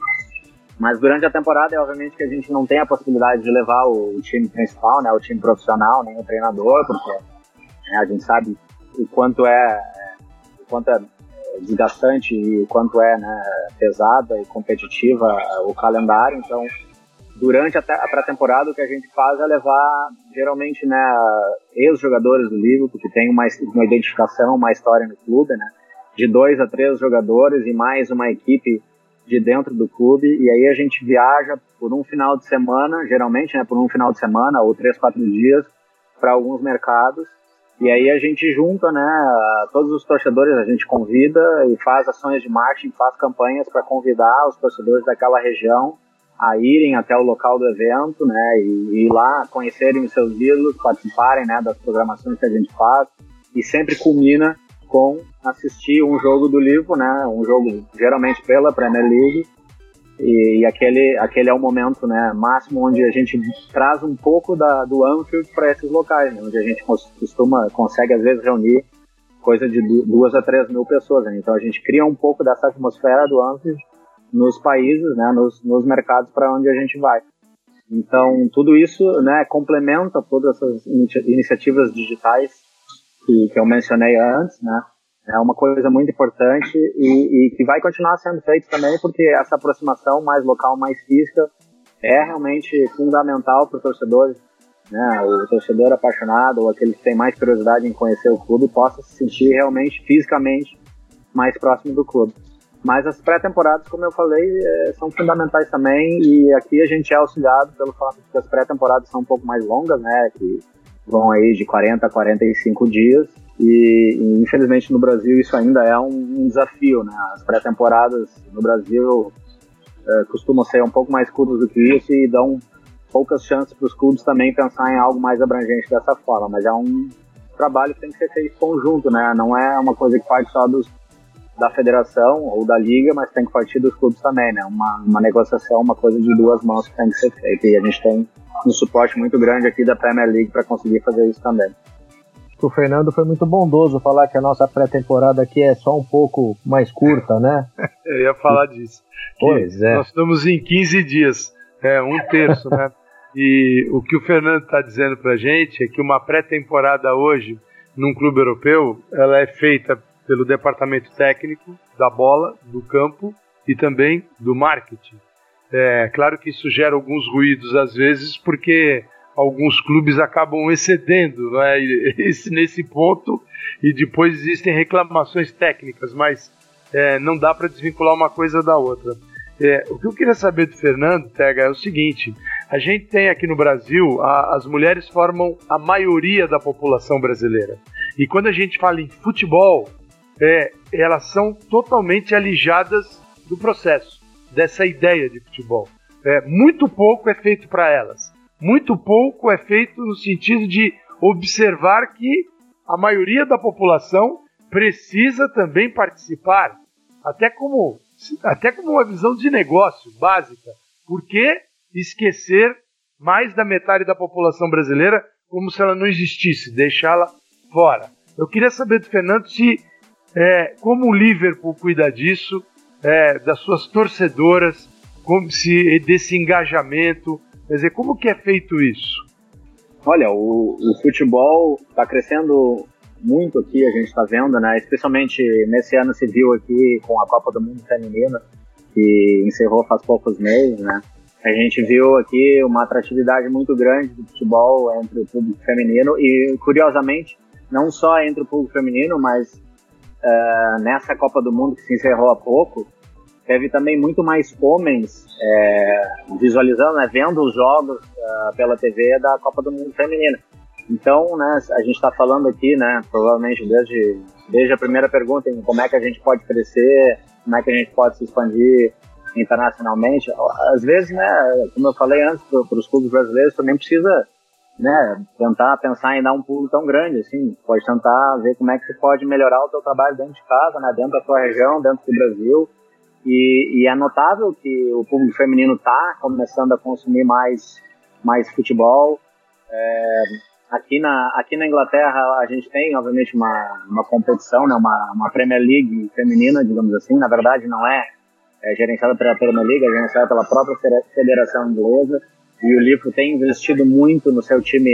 S4: Mas durante a temporada, é obviamente que a gente não tem a possibilidade de levar o time principal, né, o time profissional, nem o treinador, porque, né, a gente sabe o quanto é, o quanto é desgastante e o quanto é, né, pesada e competitiva o calendário. Então, durante a pré-temporada, o que a gente faz é levar, geralmente, né, ex-jogadores do Liverpool, que tem uma, uma identificação, uma história no clube, né, de dois a três jogadores e mais uma equipe de dentro do clube, e aí a gente viaja por um final de semana, geralmente, né, por um final de semana ou três, quatro dias para alguns mercados. E aí a gente junta, né, todos os torcedores, a gente convida e faz ações de marketing, faz campanhas para convidar os torcedores daquela região a irem até o local do evento, né, e, e ir lá conhecerem os seus ídolos, participarem, né, das programações que a gente faz, e sempre culmina com assistir um jogo do Liverpool, né, um jogo geralmente pela Premier League, e, e aquele, aquele é o momento, né, máximo onde a gente traz um pouco da, do Anfield para esses locais, né, onde a gente costuma, consegue às vezes reunir coisa de duas a três mil pessoas, né, então a gente cria um pouco dessa atmosfera do Anfield nos países, né, nos, nos mercados para onde a gente vai. Então tudo isso, né, complementa todas essas inicia- iniciativas digitais que, que eu mencionei antes, né. É uma coisa muito importante e, e que vai continuar sendo feito também, porque essa aproximação mais local, mais física, é realmente fundamental para o torcedor, né? O torcedor apaixonado ou aquele que tem mais curiosidade em conhecer o clube possa se sentir realmente, fisicamente, mais próximo do clube. Mas as pré-temporadas, como eu falei, são fundamentais também, e aqui a gente é auxiliado pelo fato de que as pré-temporadas são um pouco mais longas, né? Que vão aí de quarenta a quarenta e cinco dias. E, e infelizmente no Brasil isso ainda é um, um desafio, né? As pré-temporadas no Brasil é, costumam ser um pouco mais curtas do que isso e dão poucas chances para os clubes também pensar em algo mais abrangente dessa forma, mas é um trabalho que tem que ser feito conjunto, né? Não é uma coisa que parte só dos, da federação ou da liga, mas tem que partir dos clubes também, né? Uma, uma negociação, uma coisa de duas mãos que tem que ser feita, e a gente tem um suporte muito grande aqui da Premier League para conseguir fazer isso também.
S3: O Fernando foi muito bondoso falar que a nossa pré-temporada aqui é só um pouco mais curta, né?
S2: Eu ia falar disso.
S3: Pois é.
S2: Nós estamos em quinze dias, é um terço, né? E o que o Fernando está dizendo pra gente é que uma pré-temporada hoje, num clube europeu, ela é feita pelo departamento técnico da bola, do campo, e também do marketing. É claro que isso gera alguns ruídos às vezes, porque alguns clubes acabam excedendo, não é? Esse, nesse ponto, e depois existem reclamações técnicas, mas é, não dá para desvincular uma coisa da outra. É, o que eu queria saber do Fernando, Tega, é o seguinte: a gente tem aqui no Brasil, a, as mulheres formam a maioria da população brasileira, e quando a gente fala em futebol, é, elas são totalmente alijadas do processo, dessa ideia de futebol. É, muito pouco é feito para elas. Muito pouco é feito no sentido de observar que a maioria da população precisa também participar, até como, até como uma visão de negócio básica. Por que esquecer mais da metade da população brasileira como se ela não existisse, deixá-la fora? Eu queria saber do Fernando se, é, como o Liverpool cuida disso, é, das suas torcedoras, como se, desse engajamento. Quer dizer, como que é feito isso?
S4: Olha, o, o futebol está crescendo muito aqui, a gente está vendo, né? Especialmente nesse ano se viu aqui com a Copa do Mundo Feminina, que encerrou faz poucos meses, né? A gente viu aqui uma atratividade muito grande do futebol entre o público feminino e, curiosamente, não só entre o público feminino, mas uh, nessa Copa do Mundo que se encerrou há pouco, teve também muito mais homens é, visualizando, né, vendo os jogos uh, pela T V da Copa do Mundo Feminina. Então, né, a gente está falando aqui, né, provavelmente desde, desde a primeira pergunta, em como é que a gente pode crescer, como é que a gente pode se expandir internacionalmente. Às vezes, né, como eu falei antes, para os clubes brasileiros também precisa, né, tentar pensar em dar um pulo tão grande, assim, pode tentar ver como é que você pode melhorar o seu trabalho dentro de casa, né, dentro da sua região, dentro do Brasil. E, e é notável que o público feminino está começando a consumir mais, mais futebol. É, aqui, na, aqui na Inglaterra a gente tem, obviamente, uma, uma competição, né, uma, uma Premier League feminina, digamos assim. Na verdade, não é, é gerenciada pela Premier League, é gerenciada pela própria Federação Inglesa. E o Liverpool tem investido muito no seu time,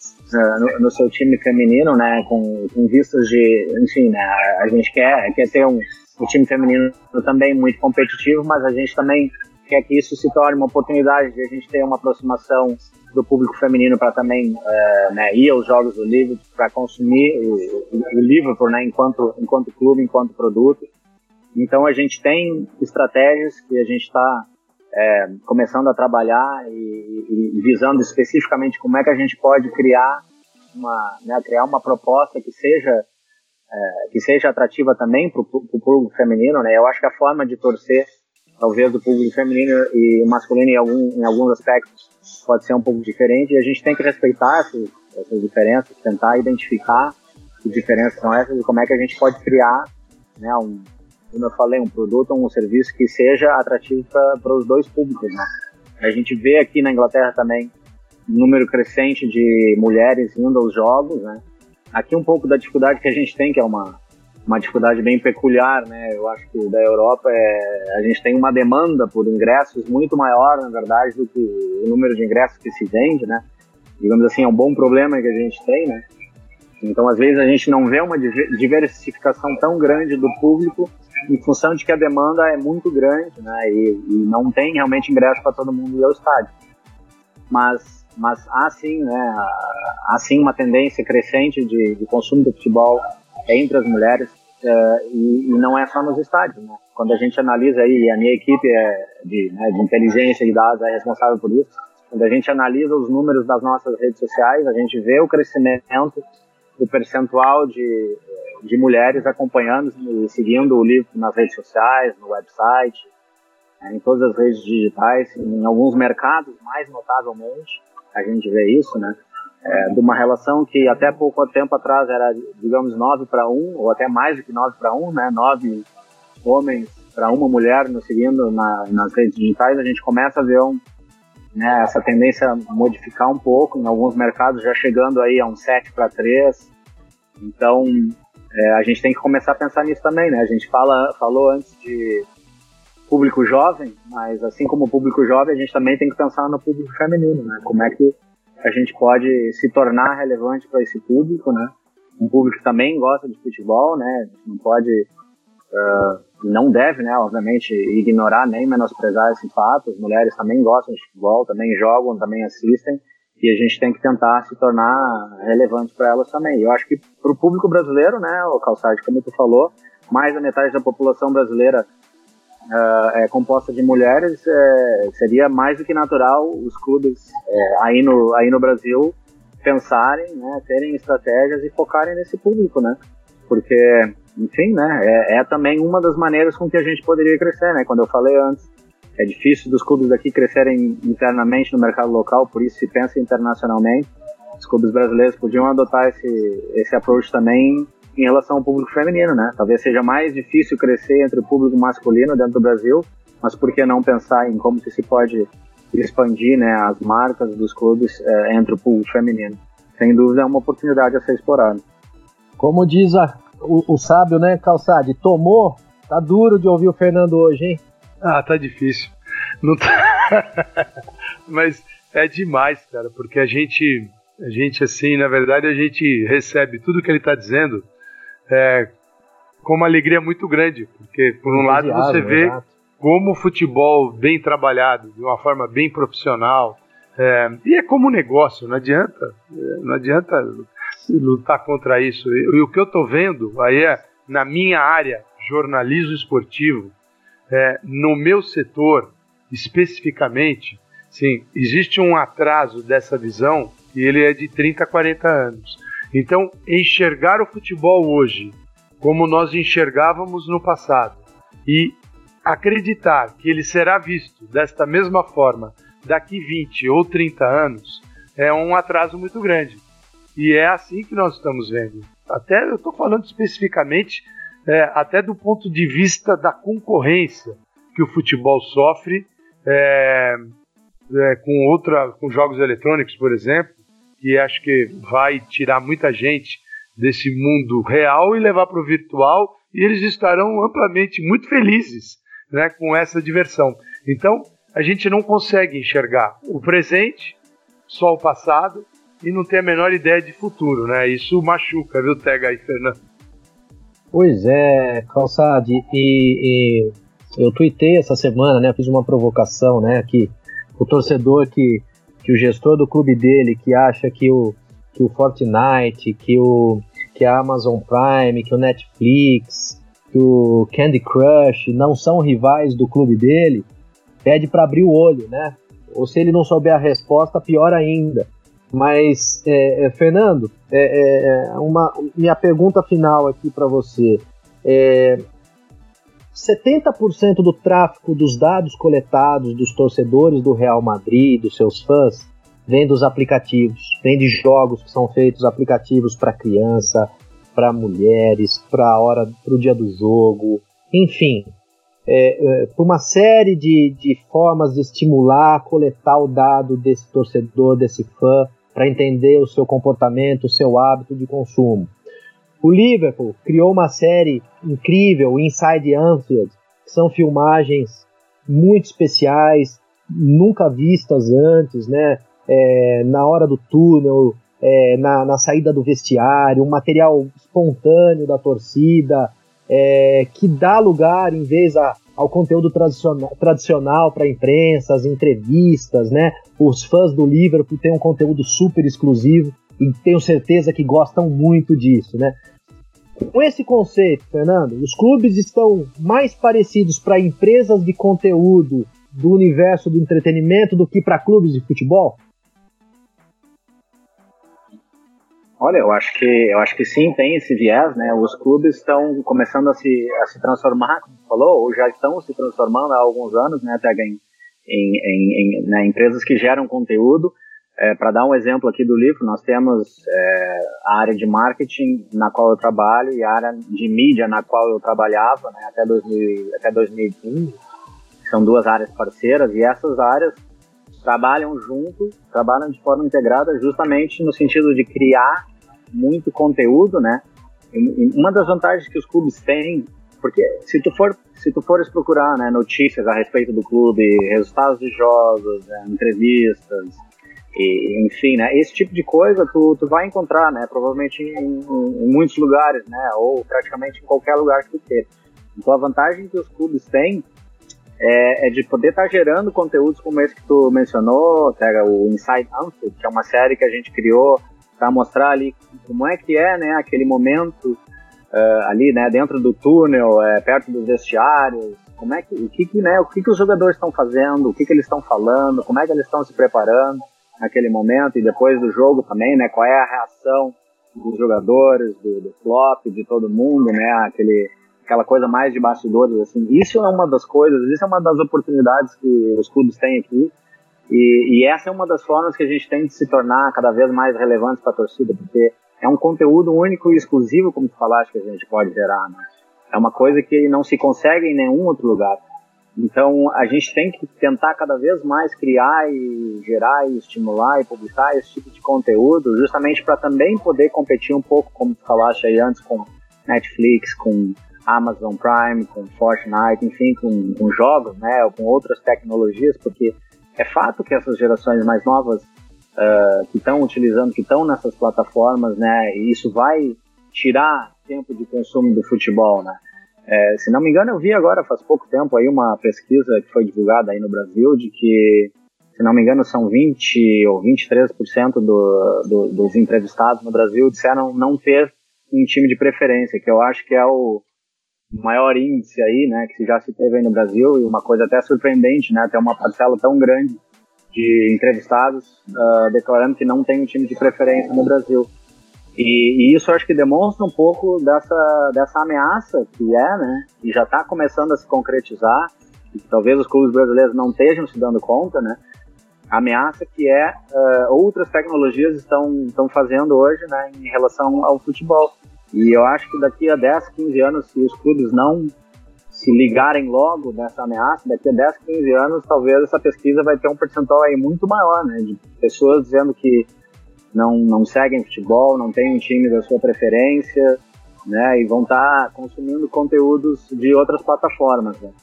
S4: no, no seu time feminino, né, com, com vistas de, enfim, né, a gente quer, quer ter um o time feminino também muito competitivo, mas a gente também quer que isso se torne uma oportunidade de a gente ter uma aproximação do público feminino para também é, né, ir aos jogos do Liverpool, para consumir o, o Liverpool, né, enquanto, enquanto clube, enquanto produto. Então a gente tem estratégias que a gente está é, começando a trabalhar e, e visando especificamente como é que a gente pode criar uma, né, criar uma proposta que seja É, que seja atrativa também para o público feminino, né? Eu acho que a forma de torcer, talvez, do público feminino e masculino em, algum, em alguns aspectos pode ser um pouco diferente, e a gente tem que respeitar essas, essas diferenças, tentar identificar que diferenças são essas e como é que a gente pode criar, né, um, como eu falei, um produto, um serviço que seja atrativo para os dois públicos, né? A gente vê aqui na Inglaterra também um número crescente de mulheres indo aos jogos, né? Aqui um pouco da dificuldade que a gente tem, que é uma, uma dificuldade bem peculiar, né? Eu acho que da Europa é, a gente tem uma demanda por ingressos muito maior, na verdade, do que o número de ingressos que se vende, né? Digamos assim, é um bom problema que a gente tem, né? Então, às vezes, a gente não vê uma diversificação tão grande do público em função de que a demanda é muito grande, né? E, e não tem realmente ingresso para todo mundo ir ao estádio. Mas... mas há sim, né, há sim uma tendência crescente de, de consumo do futebol entre as mulheres uh, e, e não é só nos estádios, né? Quando a gente analisa aí, a minha equipe é de, né, de inteligência e dados é responsável por isso, quando a gente analisa os números das nossas redes sociais, a gente vê o crescimento do percentual de, de mulheres acompanhando e seguindo o Liverpool nas redes sociais, no website, em todas as redes digitais, em alguns mercados, mais notavelmente, a gente vê isso, né? É, de uma relação que até pouco tempo atrás era, digamos, nove para um, ou até mais do que nove para um, né? nove homens para uma mulher nos seguindo na, nas redes digitais, a gente começa a ver um, né, essa tendência a modificar um pouco, em alguns mercados já chegando aí a um sete para três. Então, é, a gente tem que começar a pensar nisso também, né? A gente fala, falou antes de público jovem, mas assim como o público jovem, a gente também tem que pensar no público feminino, né? Como é que a gente pode se tornar relevante para esse público, né? Um público que também gosta de futebol, né? A gente não pode uh, não deve, né, obviamente, ignorar nem menosprezar esse fato. As mulheres também gostam de futebol, também jogam, também assistem, e a gente tem que tentar se tornar relevante para elas também. Eu acho que para o público brasileiro, né, o Calçade, como tu falou, mais da metade da população brasileira uh, é composta de mulheres, é, seria mais do que natural os clubes é, aí, no, aí no Brasil pensarem, né, terem estratégias e focarem nesse público, né, porque, enfim, né, é, é também uma das maneiras com que a gente poderia crescer, né, quando eu falei antes, é difícil dos clubes daqui crescerem internamente no mercado local, por isso se pensa internacionalmente. Os clubes brasileiros podiam adotar esse, esse approach também em relação ao público feminino, né? Talvez seja mais difícil crescer entre o público masculino dentro do Brasil, mas por que não pensar em como que se pode expandir, né, as marcas dos clubes é, entre o público feminino? Sem dúvida é uma oportunidade a ser explorada.
S3: Como diz a, o, o sábio, né, Calçade, tomou, tá duro de ouvir o Fernando hoje, hein?
S2: Ah, tá difícil. Não tá... Mas é demais, cara, porque a gente, a gente, assim, na verdade, a gente recebe tudo que ele tá dizendo é, com uma alegria muito grande, porque, por um lado, você vê exato. Como o futebol bem trabalhado, de uma forma bem profissional, é, e é como negócio, não adianta, não adianta lutar contra isso. E, e o que eu tô vendo aí é, na minha área, jornalismo esportivo, É, no meu setor, especificamente, sim, existe um atraso dessa visão e ele é de trinta, quarenta anos. Então, enxergar o futebol hoje como nós enxergávamos no passado e acreditar que ele será visto desta mesma forma daqui vinte ou trinta anos é um atraso muito grande. E é assim que nós estamos vendo. Até eu estou falando especificamente É, até do ponto de vista da concorrência que o futebol sofre é, é, com, outra, com jogos eletrônicos, por exemplo, que acho que vai tirar muita gente desse mundo real e levar para o virtual, e eles estarão amplamente muito felizes, né, com essa diversão. Então, a gente não consegue enxergar o presente, só o passado, e não tem a menor ideia de futuro, né? Isso machuca, viu, Tega e Fernando?
S3: Pois é, Calçade, e, e eu tuitei essa semana, né, fiz uma provocação, né, que o torcedor que, que o gestor do clube dele, que acha que o, que o Fortnite, que, o, que a Amazon Prime, que o Netflix, que o Candy Crush não são rivais do clube dele, pede para abrir o olho, né, ou se ele não souber a resposta, pior ainda. Mas, é, é, Fernando, é, é, uma, minha pergunta final aqui para você. É, setenta por cento do tráfego dos dados coletados dos torcedores do Real Madrid, dos seus fãs, vem dos aplicativos, vem de jogos que são feitos, aplicativos para criança, para mulheres, para a hora, para o dia do jogo, enfim, é, é, por uma série de, de formas de estimular, coletar o dado desse torcedor, desse fã, para entender o seu comportamento, o seu hábito de consumo. O Liverpool criou uma série incrível, Inside Anfield, que são filmagens muito especiais, nunca vistas antes, né? É, na hora do túnel, é, na, na saída do vestiário, um material espontâneo da torcida, é, que dá lugar, em vez a ao conteúdo tradicional, tradicional para a imprensa, as entrevistas, né? Os fãs do Liverpool têm um conteúdo super exclusivo e tenho certeza que gostam muito disso, né? Com esse conceito, Fernando, os clubes estão mais parecidos para empresas de conteúdo do universo do entretenimento do que para clubes de futebol?
S4: Olha, eu acho que eu acho que sim, tem esse viés, né? Os clubes estão começando a se, a se transformar, como você falou, ou já estão se transformando há alguns anos, né? Até em, em, em, em né, empresas que geram conteúdo. É, para dar um exemplo aqui do livro, nós temos é, a área de marketing na qual eu trabalho e a área de mídia na qual eu trabalhava, né, até, dois mil, até dois mil e quinze. São duas áreas parceiras e essas áreas trabalham junto, trabalham de forma integrada justamente no sentido de criar muito conteúdo, né? E uma das vantagens que os clubes têm, porque se tu for se tu fores procurar, né, notícias a respeito do clube, resultados de jogos, né, entrevistas, e, enfim, né, esse tipo de coisa tu, tu vai encontrar, né, provavelmente em, em, em muitos lugares, né, ou praticamente em qualquer lugar que tu queira. Então a vantagem que os clubes têm é, é de poder estar tá gerando conteúdos como esse que tu mencionou, pega o Inside Anfield, que é uma série que a gente criou para mostrar ali como é que é, né, aquele momento uh, ali, né, dentro do túnel, é, perto dos vestiários, como é que, o que, que, né, o que, que os jogadores estão fazendo, o que, que eles estão falando, como é que eles estão se preparando naquele momento, e depois do jogo também, né, qual é a reação dos jogadores, do, do Klopp, de todo mundo, né, aquele, aquela coisa mais de bastidores, assim. Isso é uma das coisas, isso é uma das oportunidades que os clubes têm aqui, e, e essa é uma das formas que a gente tem de se tornar cada vez mais relevantes para a torcida, porque é um conteúdo único e exclusivo, como tu falaste, que a gente pode gerar, né? É uma coisa que não se consegue em nenhum outro lugar. Então, a gente tem que tentar cada vez mais criar e gerar e estimular e publicar esse tipo de conteúdo, justamente para também poder competir um pouco, como tu falaste aí antes, com Netflix, com Amazon Prime, com Fortnite, enfim, com, com jogos, né, ou com outras tecnologias, porque é fato que essas gerações mais novas uh, que estão utilizando, que estão nessas plataformas, né, e isso vai tirar tempo de consumo do futebol, né. É, se não me engano, eu vi agora, faz pouco tempo, aí uma pesquisa que foi divulgada aí no Brasil, de que, se não me engano, são vinte ou vinte e três por cento do, do, dos entrevistados no Brasil disseram não ter um time de preferência, que eu acho que é o maior índice aí, né, que já se teve aí no Brasil, e uma coisa até surpreendente, né, ter uma parcela tão grande de entrevistados uh, declarando que não tem um time de preferência no Brasil. E, e isso eu acho que demonstra um pouco dessa, dessa ameaça que é, né, que já está começando a se concretizar, e que talvez os clubes brasileiros não estejam se dando conta, né, a ameaça que é uh, outras tecnologias estão, estão fazendo hoje, né, em relação ao futebol. E eu acho que daqui a dez, quinze anos, se os clubes não se ligarem logo dessa ameaça, daqui a dez, quinze anos, talvez essa pesquisa vai ter um percentual aí muito maior, né, de pessoas dizendo que não, não seguem futebol, não têm um time da sua preferência, né, e vão estar consumindo conteúdos de outras plataformas, né.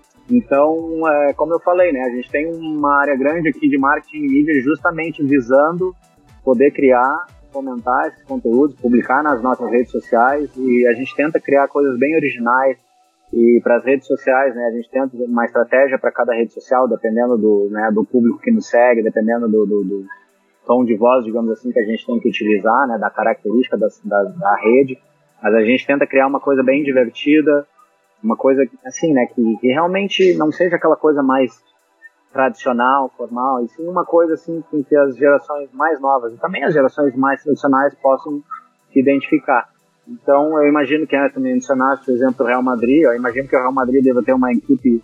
S4: Então, é, como eu falei, né, a gente tem uma área grande aqui de marketing e mídia justamente visando poder criar, comentar esses conteúdos, publicar nas nossas redes sociais, e a gente tenta criar coisas bem originais. E para as redes sociais, né, a gente tenta uma estratégia para cada rede social, dependendo do, né, do público que nos segue, dependendo do, do, do tom de voz, digamos assim, que a gente tem que utilizar, né, da característica da, da, da rede. Mas a gente tenta criar uma coisa bem divertida, uma coisa assim, né, que, que realmente não seja aquela coisa mais tradicional, formal, e sim uma coisa assim com que as gerações mais novas e também as gerações mais tradicionais possam se identificar. Então eu imagino que, né, tu mencionaste, por exemplo, o Real Madrid, eu imagino que o Real Madrid deva ter uma equipe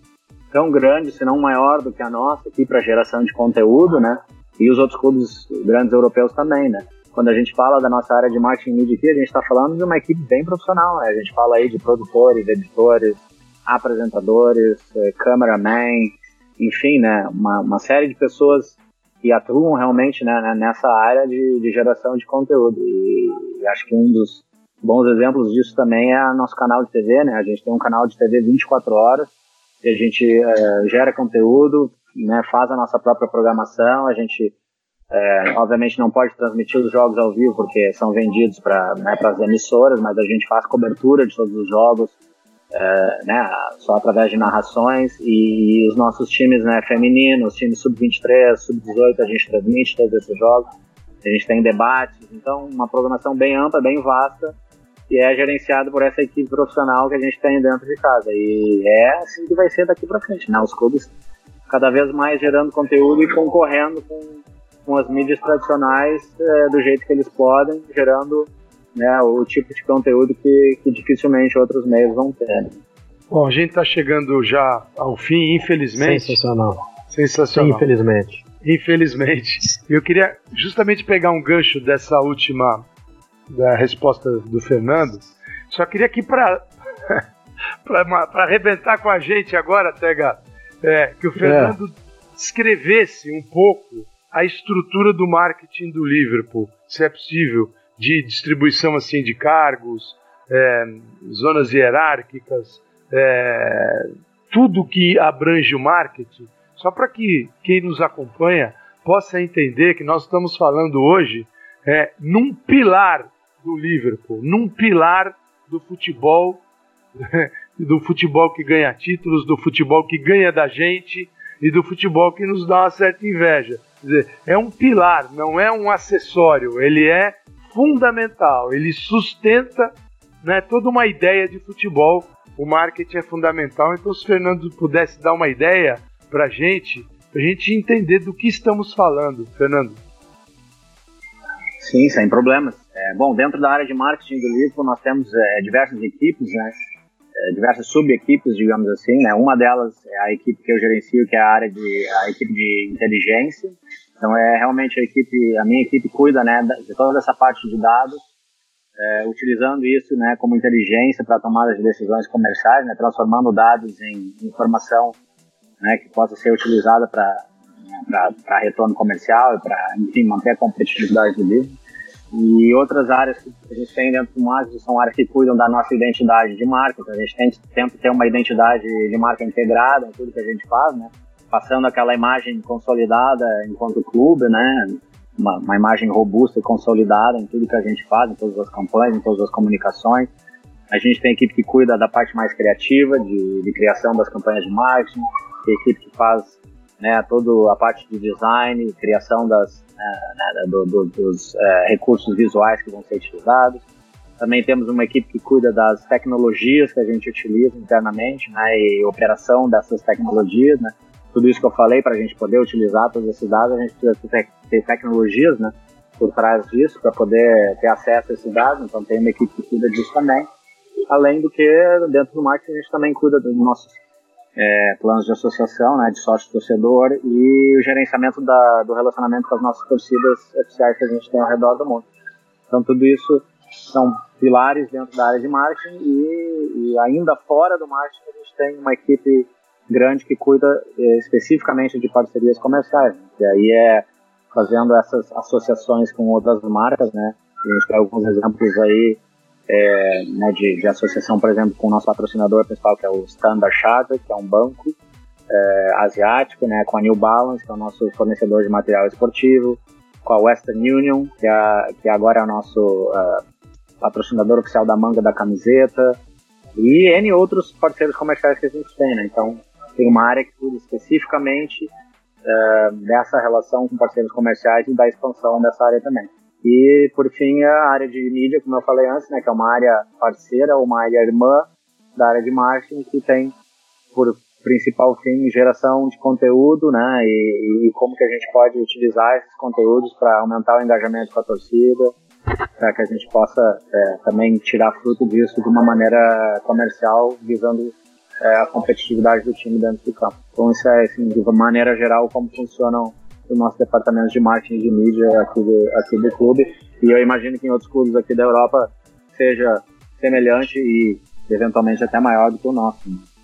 S4: tão grande, se não maior do que a nossa aqui para geração de conteúdo, né, e os outros clubes grandes europeus também, né. Quando a gente fala da nossa área de marketing media aqui, a gente está falando de uma equipe bem profissional, né, a gente fala aí de produtores, editores, apresentadores, cameraman, enfim, né, uma, uma série de pessoas que atuam realmente, né, nessa área de, de geração de conteúdo. E, e acho que um dos bons exemplos disso também é o nosso canal de T V, né? A gente tem um canal de T V vinte e quatro horas, e a gente é, gera conteúdo, né, faz a nossa própria programação, a gente é, obviamente não pode transmitir os jogos ao vivo porque são vendidos para, né, para as emissoras, mas a gente faz cobertura de todos os jogos, Uh, né, só através de narrações, e, e os nossos times, né, femininos, times sub vinte e três, sub dezoito, a gente transmite todos esses jogos, a gente tem debates, então uma programação bem ampla, bem vasta, e é gerenciado por essa equipe profissional que a gente tem dentro de casa, e é assim que vai ser daqui para frente, né, os clubes cada vez mais gerando conteúdo e concorrendo com, com as mídias tradicionais é, do jeito que eles podem, gerando, né, o tipo de conteúdo que, que dificilmente outros meios vão ter.
S2: Bom, a gente está chegando já ao fim, infelizmente.
S3: Sensacional.
S2: Sensacional.
S3: Infelizmente.
S2: Infelizmente. Eu queria justamente pegar um gancho dessa última da resposta do Fernando. Só queria aqui para para arrebentar com a gente agora, Tega, é, que o Fernando é. descrevesse um pouco a estrutura do marketing do Liverpool, se é possível, de distribuição assim de cargos, é, zonas hierárquicas, é, tudo que abrange o marketing, só para que quem nos acompanha possa entender que nós estamos falando hoje é, num pilar do Liverpool, num pilar do futebol do futebol que ganha títulos, do futebol que ganha da gente e do futebol que nos dá uma certa inveja. Quer dizer, é um pilar, não é um acessório, ele é fundamental, ele sustenta, né, toda uma ideia de futebol. O marketing é fundamental. Então, se o Fernando pudesse dar uma ideia para a gente, para a gente entender do que estamos falando, Fernando.
S4: Sim, sem problemas. É, bom, dentro da área de marketing do Liverpool nós temos é, diversas equipes, né? É, diversas sub-equipes, digamos assim, né? Uma delas é a equipe que eu gerencio, que é a área de a equipe de inteligência. Então é realmente a equipe, a minha equipe cuida, né, de toda essa parte de dados, é, utilizando isso, né, como inteligência para tomada de decisões comerciais, né, transformando dados em informação, né, que possa ser utilizada para para retorno comercial e para, enfim, manter a competitividade do livro. E outras áreas que a gente tem dentro do marketing são áreas que cuidam da nossa identidade de marca. Então a gente tem, tenta ter uma identidade de marca integrada em tudo que a gente faz, né? Passando aquela imagem consolidada enquanto clube, né? Uma, uma imagem robusta e consolidada em tudo que a gente faz, em todas as campanhas, em todas as comunicações. A gente tem equipe que cuida da parte mais criativa, de, de criação das campanhas de marketing, tem equipe que faz, né, toda a parte de design, criação das, né, do, do, dos é, recursos visuais que vão ser utilizados. Também temos uma equipe que cuida das tecnologias que a gente utiliza internamente, né, e operação dessas tecnologias, né. Tudo isso que eu falei, para a gente poder utilizar todos esses dados, a gente precisa ter, ter tecnologias, né, por trás disso, para poder ter acesso a esses dados. Então tem uma equipe que cuida disso também. Além do que, dentro do marketing, a gente também cuida dos nossos É, planos de associação, né, de sócio-torcedor, e o gerenciamento da, do relacionamento com as nossas torcidas oficiais que a gente tem ao redor do mundo. Então tudo isso são pilares dentro da área de marketing, e, e ainda fora do marketing a gente tem uma equipe grande que cuida é, especificamente de parcerias comerciais, né, que aí é fazendo essas associações com outras marcas, né. A gente tem alguns exemplos aí É, né, de, de associação, por exemplo, com o nosso patrocinador principal, que é o Standard Chartered, que é um banco é, asiático, né, com a New Balance, que é o nosso fornecedor de material esportivo, com a Western Union, que, é, que agora é o nosso uh, patrocinador oficial da manga da camiseta, e N outros parceiros comerciais que a gente tem, né? Então tem uma área que cuida especificamente uh, dessa relação com parceiros comerciais e da expansão dessa área também. E, por fim, a área de mídia, como eu falei antes, né, que é uma área parceira ou uma área irmã da área de marketing, que tem por principal fim geração de conteúdo, né, e, e como que a gente pode utilizar esses conteúdos para aumentar o engajamento com a torcida, para que a gente possa é, também tirar fruto disso de uma maneira comercial, visando é, a competitividade do time dentro do campo. Então, isso é, assim, de uma maneira geral, como funcionam do nosso departamento de marketing e de mídia aqui do, aqui do clube, e eu imagino que em outros clubes aqui da Europa seja semelhante e eventualmente até maior do que o nosso.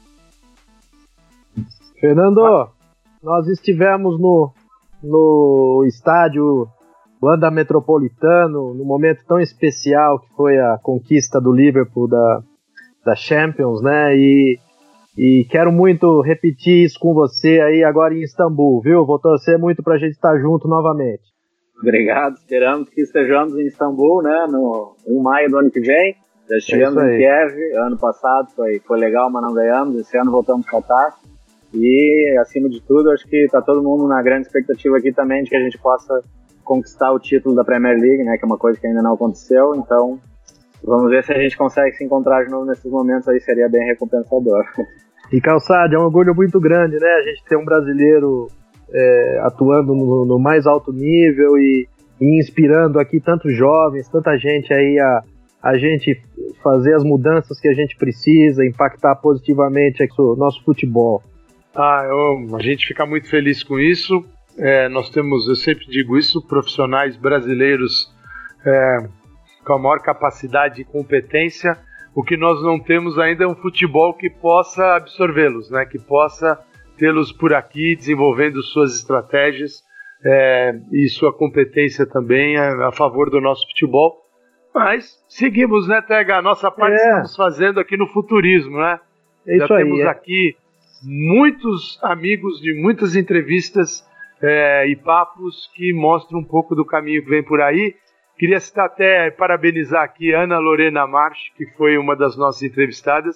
S3: Fernando, nós estivemos no, no estádio Wanda Metropolitano, num momento tão especial que foi a conquista do Liverpool da, da Champions, né, e E quero muito repetir isso com você aí agora em Istambul, viu? Vou torcer muito pra gente estar junto novamente.
S4: Obrigado, esperamos que estejamos em Istambul, né, no, em maio do ano que vem. Já estivemos é em Kiev, ano passado foi, foi legal, mas não ganhamos. Esse ano voltamos para Qatar. E, acima de tudo, acho que está todo mundo na grande expectativa aqui também de que a gente possa conquistar o título da Premier League, né, que é uma coisa que ainda não aconteceu. Então, vamos ver se a gente consegue se encontrar de novo nesses momentos aí, seria bem recompensador.
S3: E Calçade, é um orgulho muito grande, né? A gente ter um brasileiro é, atuando no, no mais alto nível e, e inspirando aqui tantos jovens, tanta gente aí a, a gente fazer as mudanças que a gente precisa, impactar positivamente aqui o nosso futebol.
S2: Ah, eu, a gente fica muito feliz com isso. É, nós temos, eu sempre digo isso, profissionais brasileiros é, com a maior capacidade e competência. O que nós não temos ainda é um futebol que possa absorvê-los, né? Que possa tê-los por aqui, desenvolvendo suas estratégias é, e sua competência também a, a favor do nosso futebol. Mas seguimos, né, Tega? A nossa parte é. estamos fazendo aqui no futurismo, né?
S3: É
S2: Já
S3: isso
S2: temos
S3: aí, é.
S2: aqui muitos amigos de muitas entrevistas é, e papos que mostram um pouco do caminho que vem por aí. Queria citar até, parabenizar aqui Ana Lorena March, que foi uma das nossas entrevistadas,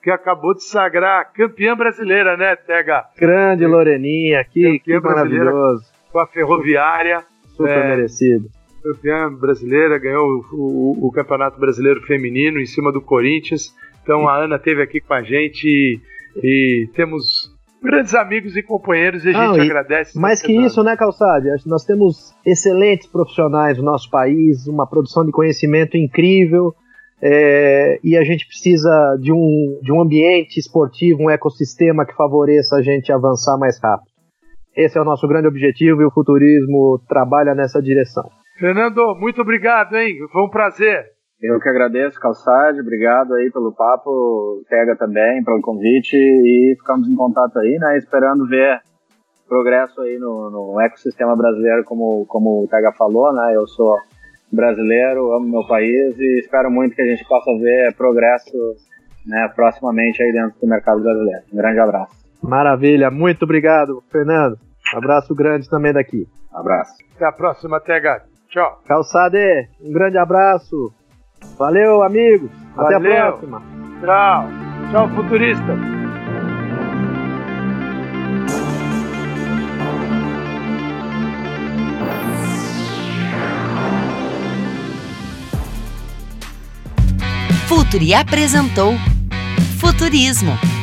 S2: que acabou de sagrar campeã brasileira, né, Tega?
S3: Grande Loreninha, que, que maravilhoso.
S2: Com a Ferroviária.
S3: Super é, merecido.
S2: Campeã brasileira, ganhou o, o, o Campeonato Brasileiro Feminino em cima do Corinthians. Então a Ana esteve aqui com a gente e, e temos grandes amigos e companheiros e a gente Não, e agradece.
S3: Mais que isso, né, Calçade? Nós temos excelentes profissionais no nosso país, uma produção de conhecimento incrível. É, e a gente precisa de um, de um ambiente esportivo, um ecossistema que favoreça a gente avançar mais rápido. Esse é o nosso grande objetivo e o Futurismo trabalha nessa direção.
S2: Fernando, muito obrigado, hein? Foi um prazer.
S4: Eu que agradeço, Calçade, obrigado aí pelo papo, Tega também, pelo convite, e ficamos em contato aí, né? Esperando ver progresso aí no, no ecossistema brasileiro, como, como o Tega falou, né? Eu sou brasileiro, amo meu país e espero muito que a gente possa ver progresso, né, proximamente aí dentro do mercado brasileiro. Um grande abraço.
S3: Maravilha, muito obrigado, Fernando. Abraço grande também daqui.
S4: Abraço.
S2: Até a próxima, Tega. Tchau.
S3: Calçade, um grande abraço. Valeu, amigos. Até
S2: Valeu.
S3: a próxima.
S2: Tchau. Tchau, futurista.
S1: Futuri apresentou Futurismo.